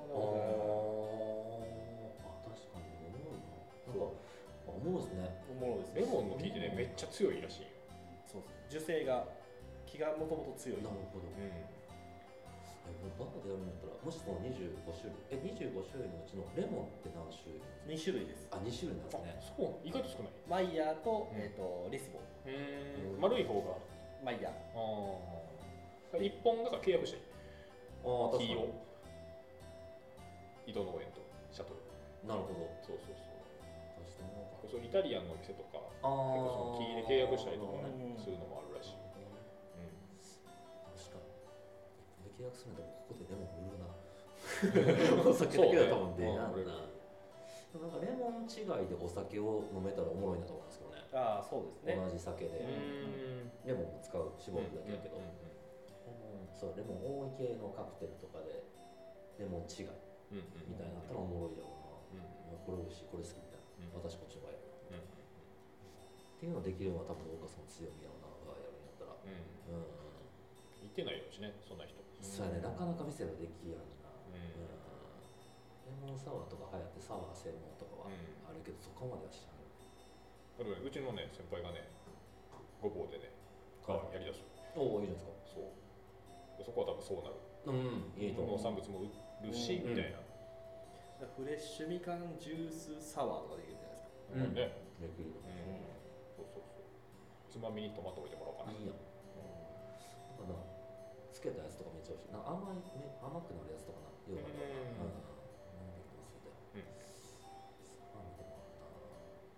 [SPEAKER 3] あ、確かにおもろいな。なんか、あおもろいですね。
[SPEAKER 2] おもろいです
[SPEAKER 1] レモンの木ってねめっちゃ強いらしいよ。
[SPEAKER 2] そうです樹勢が木がもともと強い
[SPEAKER 3] なるほど。
[SPEAKER 1] うん。
[SPEAKER 3] え、もうバカでやるんだったら、もしそのにじゅうご種類、え、にじゅうご種類のうちのレモンって何種類なんです
[SPEAKER 2] に種類です
[SPEAKER 3] か。あ、に種類なんです
[SPEAKER 1] あ
[SPEAKER 3] ね。
[SPEAKER 1] そう意外と少ない。
[SPEAKER 2] マイヤーと,、
[SPEAKER 1] うん
[SPEAKER 2] えー、とリスボン
[SPEAKER 1] うん丸い方が。
[SPEAKER 2] マイヤー
[SPEAKER 1] ああ。一本だから契約して
[SPEAKER 3] ああ、確かに。
[SPEAKER 1] 木を井戸農園とシャトル。
[SPEAKER 3] なるほど。
[SPEAKER 1] そうそうそう。
[SPEAKER 3] 確かに。
[SPEAKER 1] そうイタリアンのお店とか
[SPEAKER 3] あ
[SPEAKER 1] 結構その木で契約したりとか
[SPEAKER 2] うん
[SPEAKER 1] ねするのもあるらしい。
[SPEAKER 3] 確かに。で契約するんだったらここでレモン売るな。お酒だけだと多分出やんな。
[SPEAKER 1] そうね
[SPEAKER 3] でもなんかレモン違いでお酒を飲めたらおもろいなと思うんですけどね。
[SPEAKER 2] ああそうですね
[SPEAKER 3] 同じ酒で。
[SPEAKER 1] うん。
[SPEAKER 3] レモンも使う絞るだけだけど、
[SPEAKER 1] うん
[SPEAKER 3] レモンそうレモン多い系のカクテルとかでレモン違い
[SPEAKER 1] うんうん。
[SPEAKER 3] みたいなのあったらおもろいやろうな、
[SPEAKER 1] うん
[SPEAKER 3] いやこれ美味しいこれ好きみたいな、
[SPEAKER 1] うん
[SPEAKER 3] 私こっちの場合やな、
[SPEAKER 1] うん
[SPEAKER 3] っていうのできるのは多分農家さんの強みやろうなバーやるんやったら
[SPEAKER 1] うん。
[SPEAKER 3] うん、
[SPEAKER 1] 言ってないよしねそんな人。
[SPEAKER 3] そうやねなかなか店ができやんな、
[SPEAKER 1] うん
[SPEAKER 3] レモンサワーとか流行ってサワー専門とかは
[SPEAKER 1] うん
[SPEAKER 3] あるけど、そこまでは知らない
[SPEAKER 1] だからうちのね先輩がねごぼうでね
[SPEAKER 3] はい
[SPEAKER 1] やりだす。
[SPEAKER 3] おお、いいじゃないですか。
[SPEAKER 1] そうそこは多分そうなる。
[SPEAKER 3] うん、いいと思う。
[SPEAKER 1] 農産物も売るし、
[SPEAKER 3] うん
[SPEAKER 1] みたいな。
[SPEAKER 2] フレッシュみかんジュースサワーとかできるじゃないですか。
[SPEAKER 3] うん
[SPEAKER 1] ね。
[SPEAKER 3] できる。
[SPEAKER 1] うん。そうそうそう。つまみにトマト置いてもらおうかな。
[SPEAKER 3] いいやん。なんかな、つけたやつとかめっちゃ美味しい。なんか甘い、め甘くなるやつとかな。ような。
[SPEAKER 1] うん
[SPEAKER 3] うん。なんできますみたいな。
[SPEAKER 1] うん
[SPEAKER 3] あ、見てもらったな。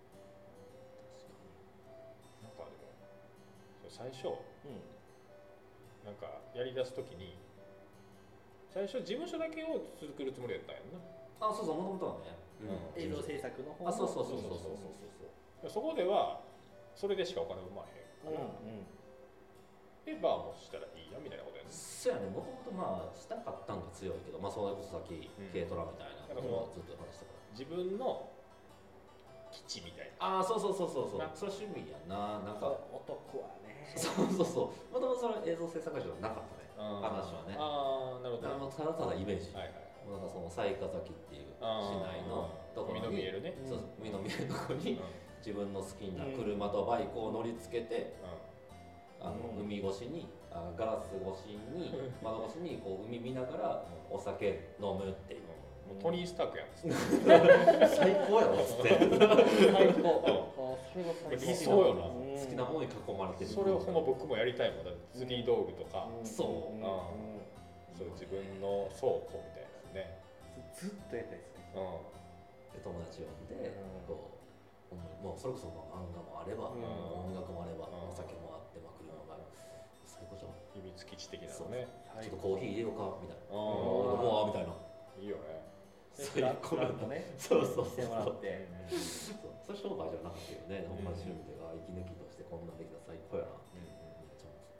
[SPEAKER 3] 確かに。
[SPEAKER 1] なんかでもそう最初
[SPEAKER 2] うん。
[SPEAKER 1] なんかやりだすときに最初事務所だけを作るつもりやったんやんな。
[SPEAKER 3] あ、そうそう、もともとはね。
[SPEAKER 1] うん
[SPEAKER 2] 映像制作の方
[SPEAKER 3] あ、そうそうそう
[SPEAKER 1] そ
[SPEAKER 3] そうう
[SPEAKER 1] そ
[SPEAKER 3] そううそうそう。
[SPEAKER 1] そこではそれでしかお金生まへんから、
[SPEAKER 2] うんうん。
[SPEAKER 1] でバーもしたらいいやみたいなことやね。
[SPEAKER 3] そうやね、もともとまあしたかったんが強いけど、まあそれこそさっき
[SPEAKER 1] うん
[SPEAKER 3] 軽トラみたいな
[SPEAKER 1] なんかその
[SPEAKER 3] のをずっと話したから。
[SPEAKER 1] 自分の基地みたいな。
[SPEAKER 3] ああ、そうそうそうそうそう
[SPEAKER 1] な。
[SPEAKER 3] それ趣味やな、なんか。
[SPEAKER 2] 男はね。
[SPEAKER 3] そうそうそう。もともとそれ映像制作会社じゃなかったね。話はね。
[SPEAKER 1] ああなるほど。
[SPEAKER 3] だからもうただただイメージ。
[SPEAKER 1] はいはい。
[SPEAKER 3] もうなんかその雑賀崎っていう市内のとこ
[SPEAKER 1] 海
[SPEAKER 3] ろに、
[SPEAKER 1] の見えるね。
[SPEAKER 3] そうそう海の見えるところに
[SPEAKER 1] うん
[SPEAKER 3] 自分の好きな車とバイクを乗り付けて、
[SPEAKER 1] う
[SPEAKER 3] あの
[SPEAKER 2] うん
[SPEAKER 3] 海越しにあガラス越しに窓越しにこう海見ながらお酒飲むっていう。
[SPEAKER 1] ん。もうトニースタークやんっつって。
[SPEAKER 3] 最高やろっつって。
[SPEAKER 2] 最高。あ、それが最高。
[SPEAKER 1] 理想よな
[SPEAKER 2] うん
[SPEAKER 3] 好きなものに囲まれてる。
[SPEAKER 1] それをほんま僕もやりたいもんだって釣り道具とか、
[SPEAKER 2] うん
[SPEAKER 3] そう
[SPEAKER 2] うん
[SPEAKER 1] あそう自分の倉庫みたいなね。
[SPEAKER 2] ずずっとやりたいですね。
[SPEAKER 1] う
[SPEAKER 3] で友達呼んで、
[SPEAKER 2] うん
[SPEAKER 3] こうほんまにもうそれこそまあ漫画もあれば、
[SPEAKER 2] うん
[SPEAKER 3] 音楽もあれば、
[SPEAKER 1] うん
[SPEAKER 3] お酒もあって、まあ、車もある、最高じゃん。
[SPEAKER 1] ん。秘密基地的なのね。
[SPEAKER 3] ちょっとコーヒー入れようかみたいな。
[SPEAKER 1] あ
[SPEAKER 3] もうみたいな。
[SPEAKER 1] あいいよね。
[SPEAKER 3] 最高
[SPEAKER 2] フラッとね。
[SPEAKER 3] そうそう
[SPEAKER 2] してもらって。
[SPEAKER 3] そうそれ商売じゃなかったよね。ほんまに趣味でが息抜きとしてこんなんできたら最高やな。めっちゃ思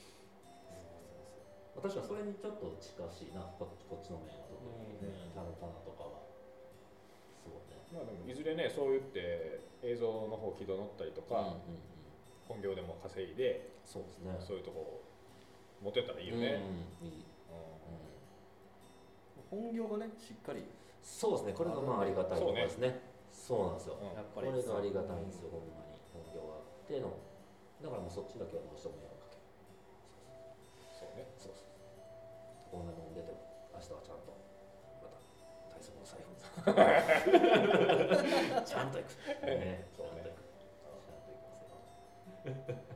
[SPEAKER 3] う。確かにそれにちょっと近しいな、ここっちの面は特に、
[SPEAKER 2] うん
[SPEAKER 3] タナタナとかは。そうね。
[SPEAKER 1] まあでもいずれねそう言って映像の方軌道乗ったりとか、
[SPEAKER 3] うんうんうん、
[SPEAKER 1] 本業でも稼いで
[SPEAKER 3] そうですね。
[SPEAKER 1] そういうとこ持ってったらいいよね。
[SPEAKER 3] うん、いい。
[SPEAKER 1] うん
[SPEAKER 3] うん、
[SPEAKER 2] 本業がね、しっかり。
[SPEAKER 3] そうですね。これがまあありがたいところですね。そうなんですよ。
[SPEAKER 1] うん
[SPEAKER 2] やっぱり。
[SPEAKER 3] これがありがたいんですよ、ほんまに。本業があっての。だからもうそっちだけはどうしてもやらかけ。
[SPEAKER 1] そうね。
[SPEAKER 3] そうそう。こんなもん出ても、明日はちゃんと、また、体操の財布ちゃんと行く。ね、ちゃんと行く。ちゃんと行きますよ。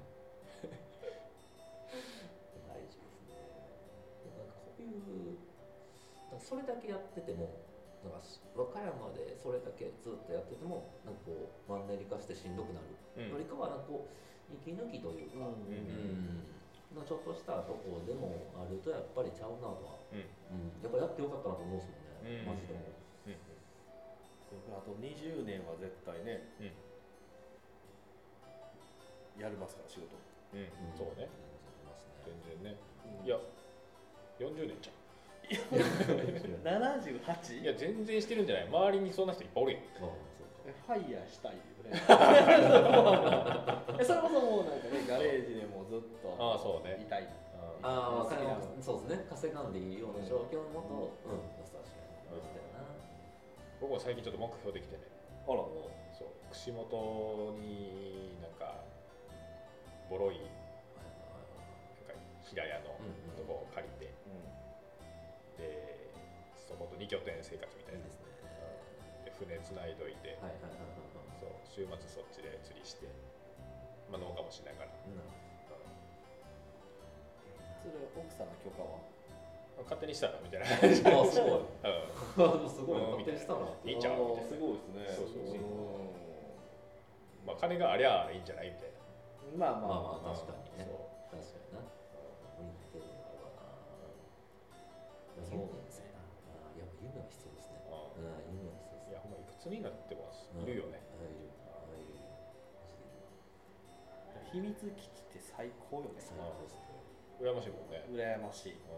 [SPEAKER 3] 大事ですね。なんかこういう、だからそれだけやってても、なんかし和歌山でそれだけずっとやってても、なんかこう、マンネリ化してしんどくなる。
[SPEAKER 1] うん
[SPEAKER 3] よりかは、なんかこう、息抜きというか、
[SPEAKER 2] うん
[SPEAKER 3] うん、まあちょっとしたとこでもあるとやっぱりちゃうなとは、
[SPEAKER 1] うん
[SPEAKER 3] うん、やっぱやってよかったなと思うんですもんね、
[SPEAKER 1] うん
[SPEAKER 3] マジでも。
[SPEAKER 1] うん
[SPEAKER 2] あとにじゅうねんは絶対ね、
[SPEAKER 1] うん
[SPEAKER 2] やりますから、仕事。
[SPEAKER 1] うん
[SPEAKER 3] うん
[SPEAKER 1] そうね。
[SPEAKER 3] 全然
[SPEAKER 1] 全然ね。
[SPEAKER 2] うん
[SPEAKER 1] いやよんじゅうねんじゃん。
[SPEAKER 2] ななじゅうはち?
[SPEAKER 1] いや全然してるんじゃない。周りにそんな人いっぱいおるやん。
[SPEAKER 3] まあそうか。
[SPEAKER 2] えファイヤーしたいよね。えそれこそもうなんかね、ガレージでもずっと
[SPEAKER 1] ああそうね
[SPEAKER 2] いたい。
[SPEAKER 3] ああ、
[SPEAKER 2] 好きな
[SPEAKER 3] そうですね、稼がんでいいような状況のもと、うん、確かに、できたよな。
[SPEAKER 1] 僕は最近ちょっと目標できてね。
[SPEAKER 2] あら。
[SPEAKER 1] そう串本になんかボロいなんか平屋のとこを借りて、でそこと二拠点生活みたいな。
[SPEAKER 3] いいですね。
[SPEAKER 1] で船つないどいて、
[SPEAKER 3] はいはいはいはい
[SPEAKER 1] そう週末そっちで釣りして、まあ、農家もしながら、
[SPEAKER 3] はい。
[SPEAKER 2] それ奥さんの許可は？
[SPEAKER 1] うん勝手にしたらみたいな。
[SPEAKER 3] あ、すごい。
[SPEAKER 1] うん
[SPEAKER 3] すごい。勝手にしたら。
[SPEAKER 1] いいんちゃうみたいな
[SPEAKER 2] すごいですね。
[SPEAKER 1] そうそうそう
[SPEAKER 2] う
[SPEAKER 1] まあ金がありゃいいんじゃないみたいな。
[SPEAKER 2] んまあまあ
[SPEAKER 3] まあまあ、確かにね。
[SPEAKER 1] そう
[SPEAKER 3] 確かにな。無理っていうのがあるわな。そうですね。ああ、やっぱ夢は必要ですね。
[SPEAKER 1] う
[SPEAKER 3] うん、夢は必要です。
[SPEAKER 1] んいやほんまいくつになってもいるよね。
[SPEAKER 3] あいる。あいる。マジでいる。
[SPEAKER 2] 秘密基地って最高よね。
[SPEAKER 3] 最高ですね。
[SPEAKER 1] 羨ましいもんね。
[SPEAKER 2] 羨ましい。
[SPEAKER 1] う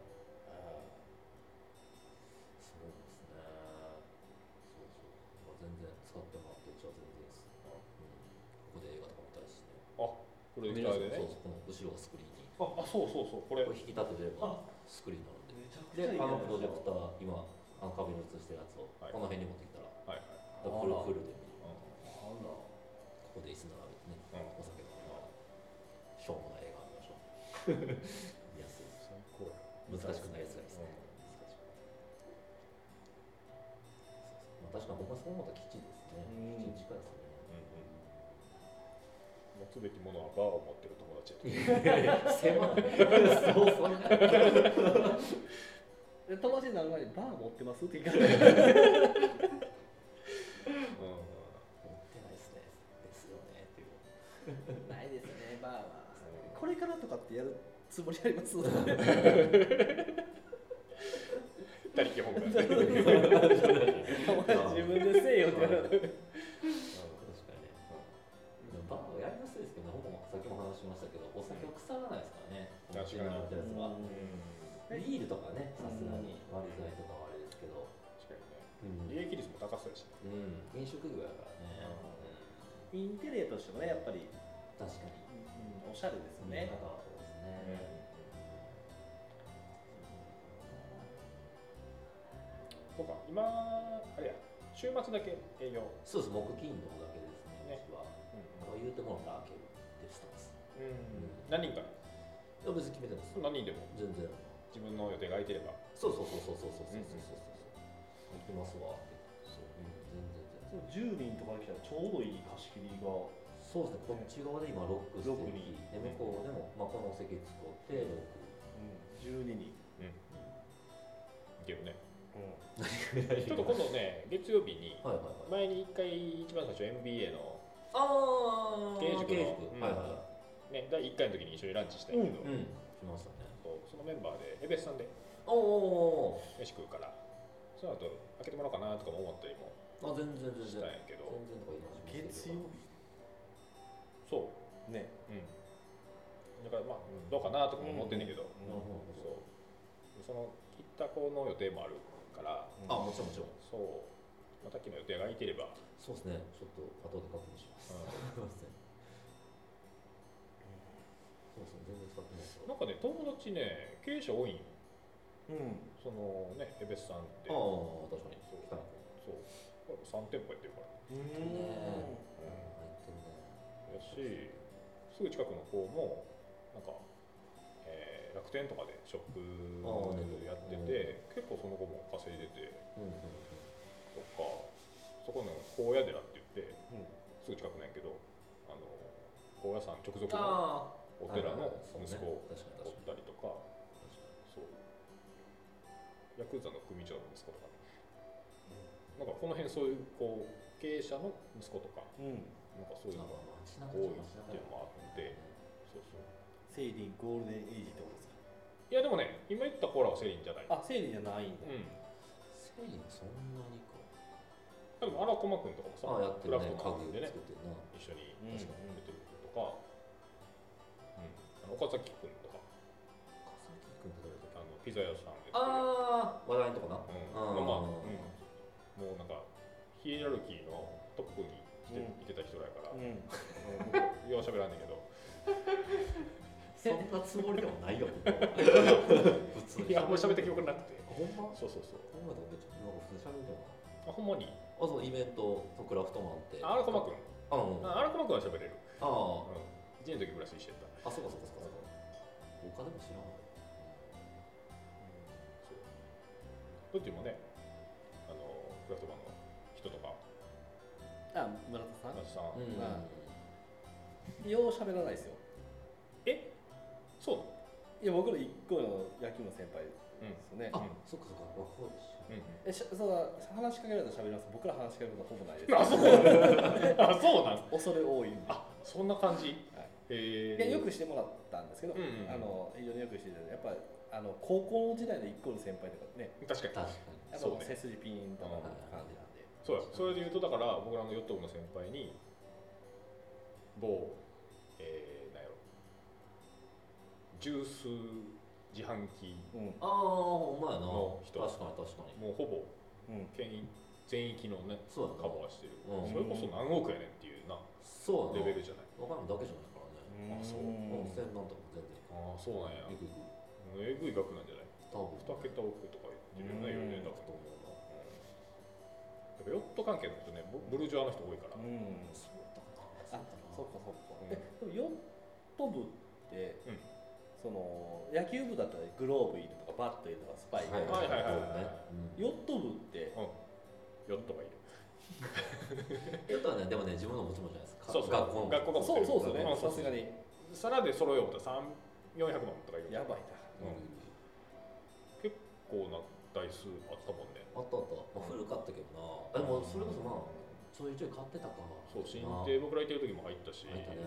[SPEAKER 3] そうですね。そうそう。まあ、全然使ってもらってうちは全然いいです。うん。ここで映画とか見たいしね。
[SPEAKER 1] んあプロジェクターでね。
[SPEAKER 3] そうそう、この後ろがスクリーンに。
[SPEAKER 1] ああそうそうそうこれ。
[SPEAKER 3] これ引き立てればスクリーンになるんで。
[SPEAKER 2] めちゃく
[SPEAKER 3] で、
[SPEAKER 2] ちゃいい
[SPEAKER 3] あのプロジェクター、今、あの壁に映してるやつを、
[SPEAKER 1] はい
[SPEAKER 3] この辺に持ってきたら、
[SPEAKER 1] はいはい。
[SPEAKER 3] フルフルで見る。
[SPEAKER 2] なんだ。
[SPEAKER 3] ここで椅子並べてね、
[SPEAKER 1] うん
[SPEAKER 3] お酒飲みながらしょうもない映画見ましょう見やすい
[SPEAKER 1] 最高や。
[SPEAKER 3] 難しくないやつがいいですね、難しくまあ、確かに僕はそう思ったら基地ですね、
[SPEAKER 2] うん
[SPEAKER 3] 基地近いですね
[SPEAKER 1] 持つべきものはバーを持ってる友達やと。
[SPEAKER 3] 狭いそうそう
[SPEAKER 2] で友達になる前にバー持ってますって聞かれて
[SPEAKER 1] うん
[SPEAKER 3] 持ってないですねですよねっていう
[SPEAKER 2] ないですねバーはこれからとかってやるつもりあります
[SPEAKER 1] 他力本願で。
[SPEAKER 2] 自分でせえよって言われる
[SPEAKER 3] 確かにね、バーはやりやすいですけどね、僕もさっきも話しましたけど、お酒を腐らないですからね、
[SPEAKER 1] 確かに
[SPEAKER 3] やつは。
[SPEAKER 1] うん
[SPEAKER 3] ビールとかね、さすがに割り剤とかはあれですけど、
[SPEAKER 1] 確か
[SPEAKER 3] うん
[SPEAKER 1] にね。利益率も高そうやしね。
[SPEAKER 3] うん、飲食業やからね、
[SPEAKER 2] インテリアとしてもねやっぱり、
[SPEAKER 3] 確かに、
[SPEAKER 2] うん、おしゃれですよね、
[SPEAKER 3] だからそうですね。
[SPEAKER 1] そうか、今あれや、週末だけ営業。
[SPEAKER 3] そうです、木金土だけですね、
[SPEAKER 1] ね
[SPEAKER 3] うちは。
[SPEAKER 1] うん
[SPEAKER 3] あの言うてもらったら開けるってしてます。
[SPEAKER 1] うん何人か。
[SPEAKER 3] いや別に決めてます。
[SPEAKER 1] 何人でも
[SPEAKER 3] 全然。
[SPEAKER 1] 自分の予定が空いてれば。
[SPEAKER 3] そうそうそうそうそうそうそうそうそうそう。行きますわって。そう、うん、全然全然。
[SPEAKER 2] じゅうにんとかできたらちょうどいい貸し切りが
[SPEAKER 3] そうですね、こっち側で今ろく席
[SPEAKER 2] ろくに
[SPEAKER 3] で向こうでも、まあ、この席使ってろく、
[SPEAKER 2] じゅうににん、
[SPEAKER 1] うん。いけるね。
[SPEAKER 2] う
[SPEAKER 1] ちょっと今度ね、月曜日に、
[SPEAKER 3] はいはいはい。
[SPEAKER 1] 前に一回一番最初 エムビーエー の
[SPEAKER 3] ああ、
[SPEAKER 1] 経営塾のうん
[SPEAKER 3] はいは
[SPEAKER 1] ね、だいいっかいの時に一緒にランチしたんやけど、
[SPEAKER 3] い。うん、来ましたね。
[SPEAKER 1] そうそのメンバーでエベスさんで
[SPEAKER 3] おお、
[SPEAKER 1] 飯食うから、その後開けてもらおうかなとかも思ったりも
[SPEAKER 3] あ、全然全然。
[SPEAKER 1] したんやけど、
[SPEAKER 3] 全然とか言いま
[SPEAKER 2] ん、月曜
[SPEAKER 1] そ
[SPEAKER 2] 日ね
[SPEAKER 1] う、うん。だからまあ、うんどうかなとかも思ってんねんけど、
[SPEAKER 3] なるほど。
[SPEAKER 1] そうその行った子の予定もあるから、
[SPEAKER 3] あ、もちろんもちろん。
[SPEAKER 1] そう、まあ、さっきの予定が空いてれば、
[SPEAKER 3] そうですね、ちょっと後で確認します。
[SPEAKER 1] うん
[SPEAKER 3] すいません。そうですね、全然使ってないですよ。
[SPEAKER 1] なんかね、友達ね、経営者多いんよ
[SPEAKER 2] うん
[SPEAKER 1] そのね、エベスさんって、
[SPEAKER 3] ああ、確かに。
[SPEAKER 1] そう
[SPEAKER 3] 北
[SPEAKER 1] そう、これさん店舗やってるから、
[SPEAKER 2] う
[SPEAKER 3] ね
[SPEAKER 2] ん
[SPEAKER 3] 入ってるね。
[SPEAKER 1] やし、すぐ近くの子も、なんか、えー楽天とかでショップ
[SPEAKER 3] あーね
[SPEAKER 1] やってて、結構その子も稼いでて、
[SPEAKER 3] うんうん
[SPEAKER 1] とか、そこの高野寺って言って、
[SPEAKER 2] うん
[SPEAKER 1] すぐ近くなんやけど、あの高野山直属の
[SPEAKER 3] あ
[SPEAKER 1] お寺の
[SPEAKER 3] そうね
[SPEAKER 1] 息子
[SPEAKER 3] 確かに
[SPEAKER 1] おっ
[SPEAKER 3] 確か
[SPEAKER 1] たりとか、そう、ヤクザの組長の息子とか、なんかこの辺そういうこう経営者の息子とか、
[SPEAKER 2] うん
[SPEAKER 1] なんかそういうのが
[SPEAKER 3] 街
[SPEAKER 1] 多いっていうのもあって、そうそう。
[SPEAKER 2] セイリンゴールデンエイジってことですか
[SPEAKER 1] いやでもね、今言ったコーラはセリンじゃない。
[SPEAKER 2] あセイリンじゃないんだ、
[SPEAKER 1] うん。
[SPEAKER 3] セインそんなにか。
[SPEAKER 1] でも荒駒君とかもさ、
[SPEAKER 3] あ、やってるね、
[SPEAKER 1] クラフトマンでね、
[SPEAKER 3] 作ってるな。
[SPEAKER 1] 一緒に
[SPEAKER 2] うん
[SPEAKER 1] 確かに出てるとか、うん、あの岡崎君とか、
[SPEAKER 3] 笠木君って誰だっけ。
[SPEAKER 1] あのピザ屋さんで、
[SPEAKER 3] ああ、話題のとこな。
[SPEAKER 1] うん、まあ、うん、もうなんかヒエラルキーのトップにして、
[SPEAKER 2] うん
[SPEAKER 1] いてた人らやから、
[SPEAKER 2] うん
[SPEAKER 1] 僕よう喋らんねんけど、
[SPEAKER 3] そんなつもりでもないよ。普通に。
[SPEAKER 1] いやあんまり喋った記憶なくて、
[SPEAKER 3] ほんま。
[SPEAKER 1] そうそうそう、
[SPEAKER 3] ほんまだめっちゃなんか普通に喋るけどな。
[SPEAKER 1] あほんまに、
[SPEAKER 3] あ、そうイベントとクラフトマンって。
[SPEAKER 1] あ荒駒君、
[SPEAKER 3] あ、うん。あ
[SPEAKER 1] あ荒駒君は喋れる、
[SPEAKER 3] あ。
[SPEAKER 1] うん、いちねんの時暮らししてた。
[SPEAKER 3] あ、そうかそうかそうかそうか。他でも知らない。
[SPEAKER 1] どっちもね、あのクラフトマンの人とか、
[SPEAKER 2] あ村田さん
[SPEAKER 1] 松さん、
[SPEAKER 3] うん。
[SPEAKER 2] まよう喋らないですよ
[SPEAKER 1] えそう
[SPEAKER 2] いや僕の一個の野球の先輩
[SPEAKER 1] なの？
[SPEAKER 2] ですね、
[SPEAKER 3] あ、そっかそっか。和光でしょ。
[SPEAKER 1] うん、うん。
[SPEAKER 2] えしそうだ話しかけられたら喋ります僕ら話しかけることほぼないです
[SPEAKER 1] あ、そうなんあ、そうなん
[SPEAKER 2] 恐れ多いんで
[SPEAKER 1] あ、そんな感じ。
[SPEAKER 2] はい
[SPEAKER 1] へえ。
[SPEAKER 2] いやよくしてもらったんですけど、
[SPEAKER 1] うんうん
[SPEAKER 2] あの非常によくしていただいてやっぱりあの高校時代の一個の先輩とかね
[SPEAKER 1] 確かに。
[SPEAKER 3] 確か
[SPEAKER 2] やっ
[SPEAKER 1] そうね
[SPEAKER 2] ぱ背筋ピンとかの感じなんで、
[SPEAKER 1] そうや。それで言うとだから僕らのヨット部の先輩に某、えー、なんやろジュース自販機
[SPEAKER 2] うん
[SPEAKER 3] に。ああ、ほんまやな。
[SPEAKER 1] の人
[SPEAKER 3] 確かに確かに。
[SPEAKER 1] もうほぼ
[SPEAKER 2] うん
[SPEAKER 1] 県全域のね
[SPEAKER 3] そうやな
[SPEAKER 1] カバーしてる。
[SPEAKER 3] うん
[SPEAKER 1] それこそ何億やねんっていうな
[SPEAKER 3] そうやな。
[SPEAKER 1] レベルじゃない。
[SPEAKER 3] わかんないだけじゃないからね。
[SPEAKER 1] あそう
[SPEAKER 3] 温泉なんとかも全然
[SPEAKER 1] ああ、そうなんや。
[SPEAKER 3] 行く行く。
[SPEAKER 1] えぐい額なんじゃない？
[SPEAKER 3] 多分
[SPEAKER 1] 二桁億とか言ってるよね、
[SPEAKER 2] うん
[SPEAKER 1] よね、多分。
[SPEAKER 3] と思うな。
[SPEAKER 1] やっぱヨット関係の人ね、ブブルジョアの人多いから。
[SPEAKER 2] うん
[SPEAKER 3] そうだな。
[SPEAKER 2] あそっかそっか、
[SPEAKER 1] うん
[SPEAKER 2] えでもヨット部って、
[SPEAKER 1] うん
[SPEAKER 2] その野球部だったらグローブいるとかバットいるとかスパイクいるとか、
[SPEAKER 1] はいはいはいはい
[SPEAKER 2] ヨット部って
[SPEAKER 1] うんヨットがいる
[SPEAKER 3] ヨットはね、でもね、自分の持ち物じゃないですか。
[SPEAKER 1] そうそう
[SPEAKER 3] 学校の。
[SPEAKER 1] 学校が持ってる
[SPEAKER 2] そうそうですよね
[SPEAKER 1] ん
[SPEAKER 2] さすがに
[SPEAKER 1] 皿で揃えようとさんよんひゃくまんとかいる
[SPEAKER 2] やばいな。
[SPEAKER 1] 結構な台数あったもんね
[SPEAKER 3] あったあった。まあ、古かったけどな。でもそれこそまあちょいちょい買ってたか。
[SPEAKER 1] そう新
[SPEAKER 3] まあ
[SPEAKER 1] 帝僕らいてる時も入ったし
[SPEAKER 3] 入ったね。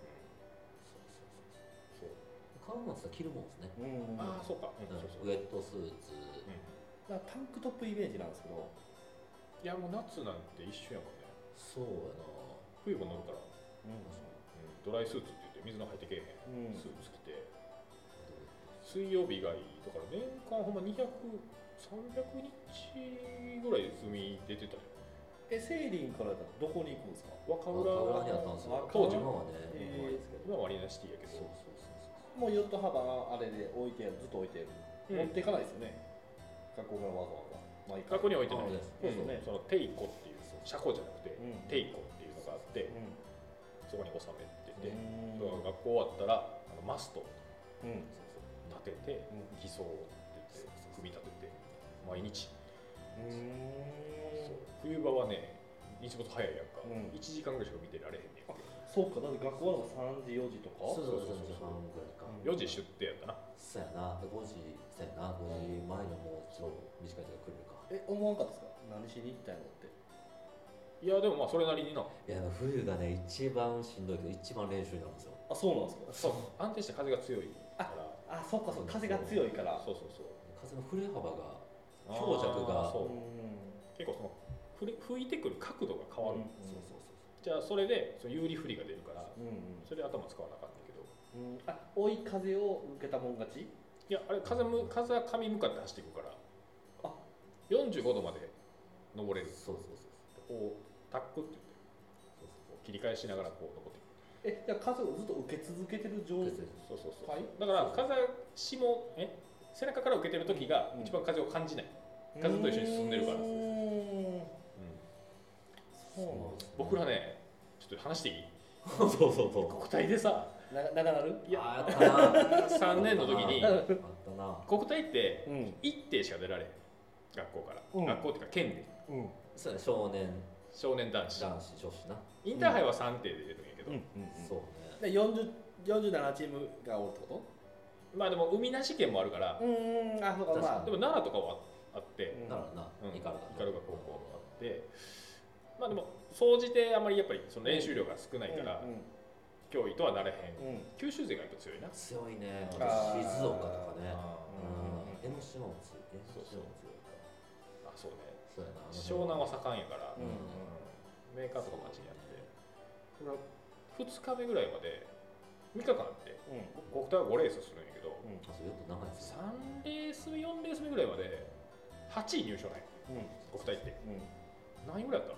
[SPEAKER 1] そう
[SPEAKER 3] 買うのって着るもんですね。
[SPEAKER 2] うん
[SPEAKER 1] ああそうか、うん
[SPEAKER 3] うん
[SPEAKER 1] そうそう
[SPEAKER 3] ウェットスーツ。
[SPEAKER 2] だからタンクトップイメージなんですけど、
[SPEAKER 1] いやもう夏なんて一瞬やもんね
[SPEAKER 3] そうやな。
[SPEAKER 1] 冬も乗るから、
[SPEAKER 2] うん
[SPEAKER 1] うんドライスーツって言って水の入ってけえへん、
[SPEAKER 2] うん
[SPEAKER 1] スーツ着て水曜日以外だから年間ほんまにひゃく、さんびゃくにちぐらい海出てたよ
[SPEAKER 2] えセーリンからだとどこに行くんですか？
[SPEAKER 1] 若
[SPEAKER 3] 浦
[SPEAKER 1] 浦
[SPEAKER 3] にあったんですよ。
[SPEAKER 1] 当時
[SPEAKER 3] 今はね、
[SPEAKER 2] えー
[SPEAKER 3] 今はですけど。
[SPEAKER 1] 今はマリーナシティやけど
[SPEAKER 3] そうそうそうそう。
[SPEAKER 2] もうヨット幅があれで置いてあるずっと置いてる、
[SPEAKER 1] うん
[SPEAKER 2] 持っていかないですよね学校からわざわざ毎回
[SPEAKER 1] 学校には置いてない
[SPEAKER 3] あ
[SPEAKER 2] そうですよね
[SPEAKER 1] そのテイコっていう車庫じゃなくて、
[SPEAKER 2] うん
[SPEAKER 1] テイコっていうのがあって
[SPEAKER 2] う
[SPEAKER 1] そこに収めてて、
[SPEAKER 2] ん
[SPEAKER 1] だから学校終わったらあのマストを
[SPEAKER 2] うん
[SPEAKER 1] 立てて、
[SPEAKER 2] うん
[SPEAKER 1] 偽装って言って組み立てて毎日、
[SPEAKER 2] うん
[SPEAKER 1] そう冬場はね日没早いやんか、
[SPEAKER 2] うん
[SPEAKER 1] いちじかんぐらいしか見てられへんねん
[SPEAKER 2] そうかだって学校はさんじよじとか
[SPEAKER 3] そうそうそう
[SPEAKER 1] そうそう
[SPEAKER 3] さんじはんぐらいか。
[SPEAKER 1] よじ出廷やったな
[SPEAKER 3] そうやな。でごじ、そうやな。ごじまえにもうちょっと短い時間来るか。
[SPEAKER 2] え思わんかったですか何しに行ったんやろって
[SPEAKER 1] いやでもまあそれなりにない
[SPEAKER 3] や、冬がね、一番しんどいけど、一番練習になるんですよ。
[SPEAKER 2] あそうなんですか
[SPEAKER 1] そう安定して風が強いから
[SPEAKER 2] あそっかそっか風が強いから
[SPEAKER 1] そうそうそう
[SPEAKER 3] 風の振れ幅が、強弱が
[SPEAKER 1] あーそう
[SPEAKER 2] うん
[SPEAKER 1] 結構そのふれ吹いてくる角度が変わる、
[SPEAKER 2] うん
[SPEAKER 3] そうそうそう。
[SPEAKER 1] じゃあそれでその有利不利が出るから
[SPEAKER 2] うん
[SPEAKER 1] それで頭使わなあかんねんけど
[SPEAKER 2] うんあ追い風を受けたもん勝ち
[SPEAKER 1] いやあれ風む風は上向かって走っていくから
[SPEAKER 2] あ
[SPEAKER 1] よんじゅうごどまで登れる
[SPEAKER 3] そうそうそう
[SPEAKER 1] こうタックって言って
[SPEAKER 3] そうそう
[SPEAKER 1] こう切り返しながらこう登っていく
[SPEAKER 2] えじゃあ風をずっと受け続けてる状態
[SPEAKER 1] そうそうそう、
[SPEAKER 2] はい
[SPEAKER 1] だから風下え背中から受けてる時が
[SPEAKER 2] うん
[SPEAKER 1] 一番風を感じない、風と一緒に進んでるから
[SPEAKER 2] うーん
[SPEAKER 1] うん
[SPEAKER 2] そうなんです
[SPEAKER 1] 僕らねちょっと話していい
[SPEAKER 3] そうそうそうそう。
[SPEAKER 1] 国体でさ
[SPEAKER 2] な長なる
[SPEAKER 1] いや
[SPEAKER 3] あーやったな。
[SPEAKER 1] さんねんの時に
[SPEAKER 3] あったな。
[SPEAKER 1] 国体って
[SPEAKER 2] うん
[SPEAKER 1] 一定しか出られへん学校から、
[SPEAKER 2] うん
[SPEAKER 1] 学校っていうか県で
[SPEAKER 2] うん
[SPEAKER 3] そうやね、少年、
[SPEAKER 1] 少年男子
[SPEAKER 3] 男子、女子な。
[SPEAKER 1] インターハイはさんていで出るんやけど、
[SPEAKER 3] そうね。
[SPEAKER 2] でよんじゅう よんじゅうななチームがおるってこ
[SPEAKER 1] まあでも海なし県もあるから
[SPEAKER 2] と、うーんあそうかまあ
[SPEAKER 1] でも奈良とかはあって、
[SPEAKER 2] うん
[SPEAKER 3] だからな、
[SPEAKER 1] うん
[SPEAKER 3] イカル
[SPEAKER 1] イカルガ高校があってまあでも総じてあまりやっぱりその練習量が少ないから、
[SPEAKER 2] うん
[SPEAKER 1] 脅威とはなれへん、
[SPEAKER 2] うんうん
[SPEAKER 1] 九州勢がやっぱ強いな
[SPEAKER 3] 強いね。
[SPEAKER 2] あー
[SPEAKER 3] 静岡とかね。
[SPEAKER 1] あ
[SPEAKER 3] うん。江ノ島も強い。江ノ
[SPEAKER 1] そうそう
[SPEAKER 3] 島も強いから。
[SPEAKER 1] ーあそうね
[SPEAKER 3] そうやな。
[SPEAKER 1] 湘南は盛んやから、
[SPEAKER 2] うん
[SPEAKER 1] メーカーとか町にあってこれはふつかめぐらいまでみっかかんあって
[SPEAKER 2] うん
[SPEAKER 1] 国体はごレースするんやけど、
[SPEAKER 2] うん
[SPEAKER 3] あ、そう、よく長いですよ。
[SPEAKER 1] さんレース目よんレース目ぐらいまではちい入賞ない
[SPEAKER 2] うん
[SPEAKER 1] 国体って
[SPEAKER 2] うん
[SPEAKER 1] 何位ぐらいだったの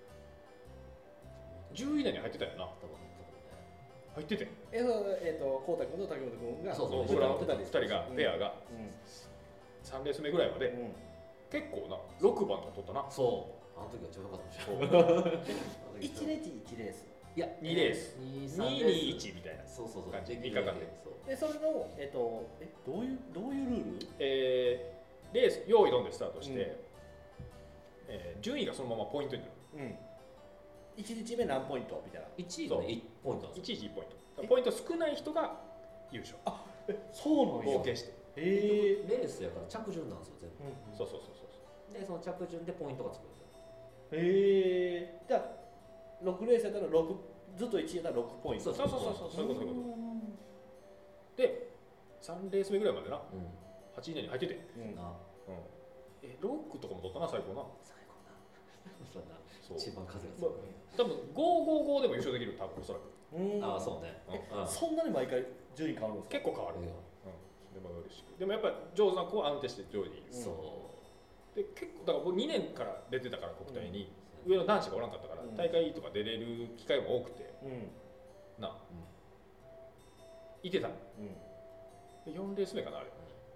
[SPEAKER 1] じゅうい以内に入ってたよな
[SPEAKER 3] 多分多分ね。
[SPEAKER 1] 入ってて
[SPEAKER 2] えそうえっ、とこうたくんと竹本君が
[SPEAKER 3] そうそう
[SPEAKER 1] 僕らの
[SPEAKER 2] ってたり
[SPEAKER 1] ふたりがペアが
[SPEAKER 2] うん
[SPEAKER 1] さんレース目ぐらいまで
[SPEAKER 2] うん
[SPEAKER 1] 結構なろくばんとか取ったな
[SPEAKER 3] そう。あの時が一番良かったかもしれない。
[SPEAKER 2] 一日一レース
[SPEAKER 3] いや、
[SPEAKER 1] にレース
[SPEAKER 3] に、
[SPEAKER 1] に
[SPEAKER 3] さんレース
[SPEAKER 1] にいちみたいな
[SPEAKER 3] そうそうそう。
[SPEAKER 1] 感じ
[SPEAKER 3] できる
[SPEAKER 1] 三日間で
[SPEAKER 3] そう。
[SPEAKER 2] でそれのえっ、とえどういうどういうルール
[SPEAKER 1] えーレース用意どんでスタートして、
[SPEAKER 2] うん
[SPEAKER 1] えー順位がそのままポイントになる
[SPEAKER 2] うん一日目何ポイントみたいな
[SPEAKER 3] 一位がね、いちポイントなん
[SPEAKER 1] い
[SPEAKER 3] ですよ。
[SPEAKER 1] ちいちいちポイントだからポイント少ない人が優勝
[SPEAKER 2] えそうなんや
[SPEAKER 1] 合計して
[SPEAKER 2] ええ
[SPEAKER 3] レースやから着順なんですよ、全部。
[SPEAKER 2] うん
[SPEAKER 1] そうそうそうそう
[SPEAKER 3] で、その着順でポイントがつくんですよ。
[SPEAKER 2] へえじゃあろくレースやったらろくずっといちいやったらろくポイント
[SPEAKER 3] そう
[SPEAKER 1] そうそうそうそうそういうことそういうこと
[SPEAKER 2] ん
[SPEAKER 1] でさんレース目ぐらいまでな
[SPEAKER 3] うん。
[SPEAKER 1] はちい以内に入ってて、
[SPEAKER 2] うん
[SPEAKER 3] な、
[SPEAKER 1] うん、えロックとかも取ったな最後な
[SPEAKER 3] 最後な。そうやな。
[SPEAKER 1] そう
[SPEAKER 3] 一番数が強い。
[SPEAKER 1] 多分ごーごーごーでも優勝できる多分おそらく、
[SPEAKER 2] うん
[SPEAKER 3] ああ、そうね。
[SPEAKER 1] うん
[SPEAKER 3] うん。
[SPEAKER 2] そんなに毎回順位変わるんですか
[SPEAKER 1] 結構変わる、
[SPEAKER 3] うん
[SPEAKER 1] うん、でも嬉しくでもやっぱ上手な子は安定して上位にいる
[SPEAKER 3] そう。
[SPEAKER 1] で結構だから僕にねんから出てたから国体に、上の男子がおらんかったから、
[SPEAKER 2] うん
[SPEAKER 1] 大会とか出れる機会も多くて
[SPEAKER 2] うん
[SPEAKER 1] な、いてたの
[SPEAKER 2] うん
[SPEAKER 1] でよんレース目かなあれ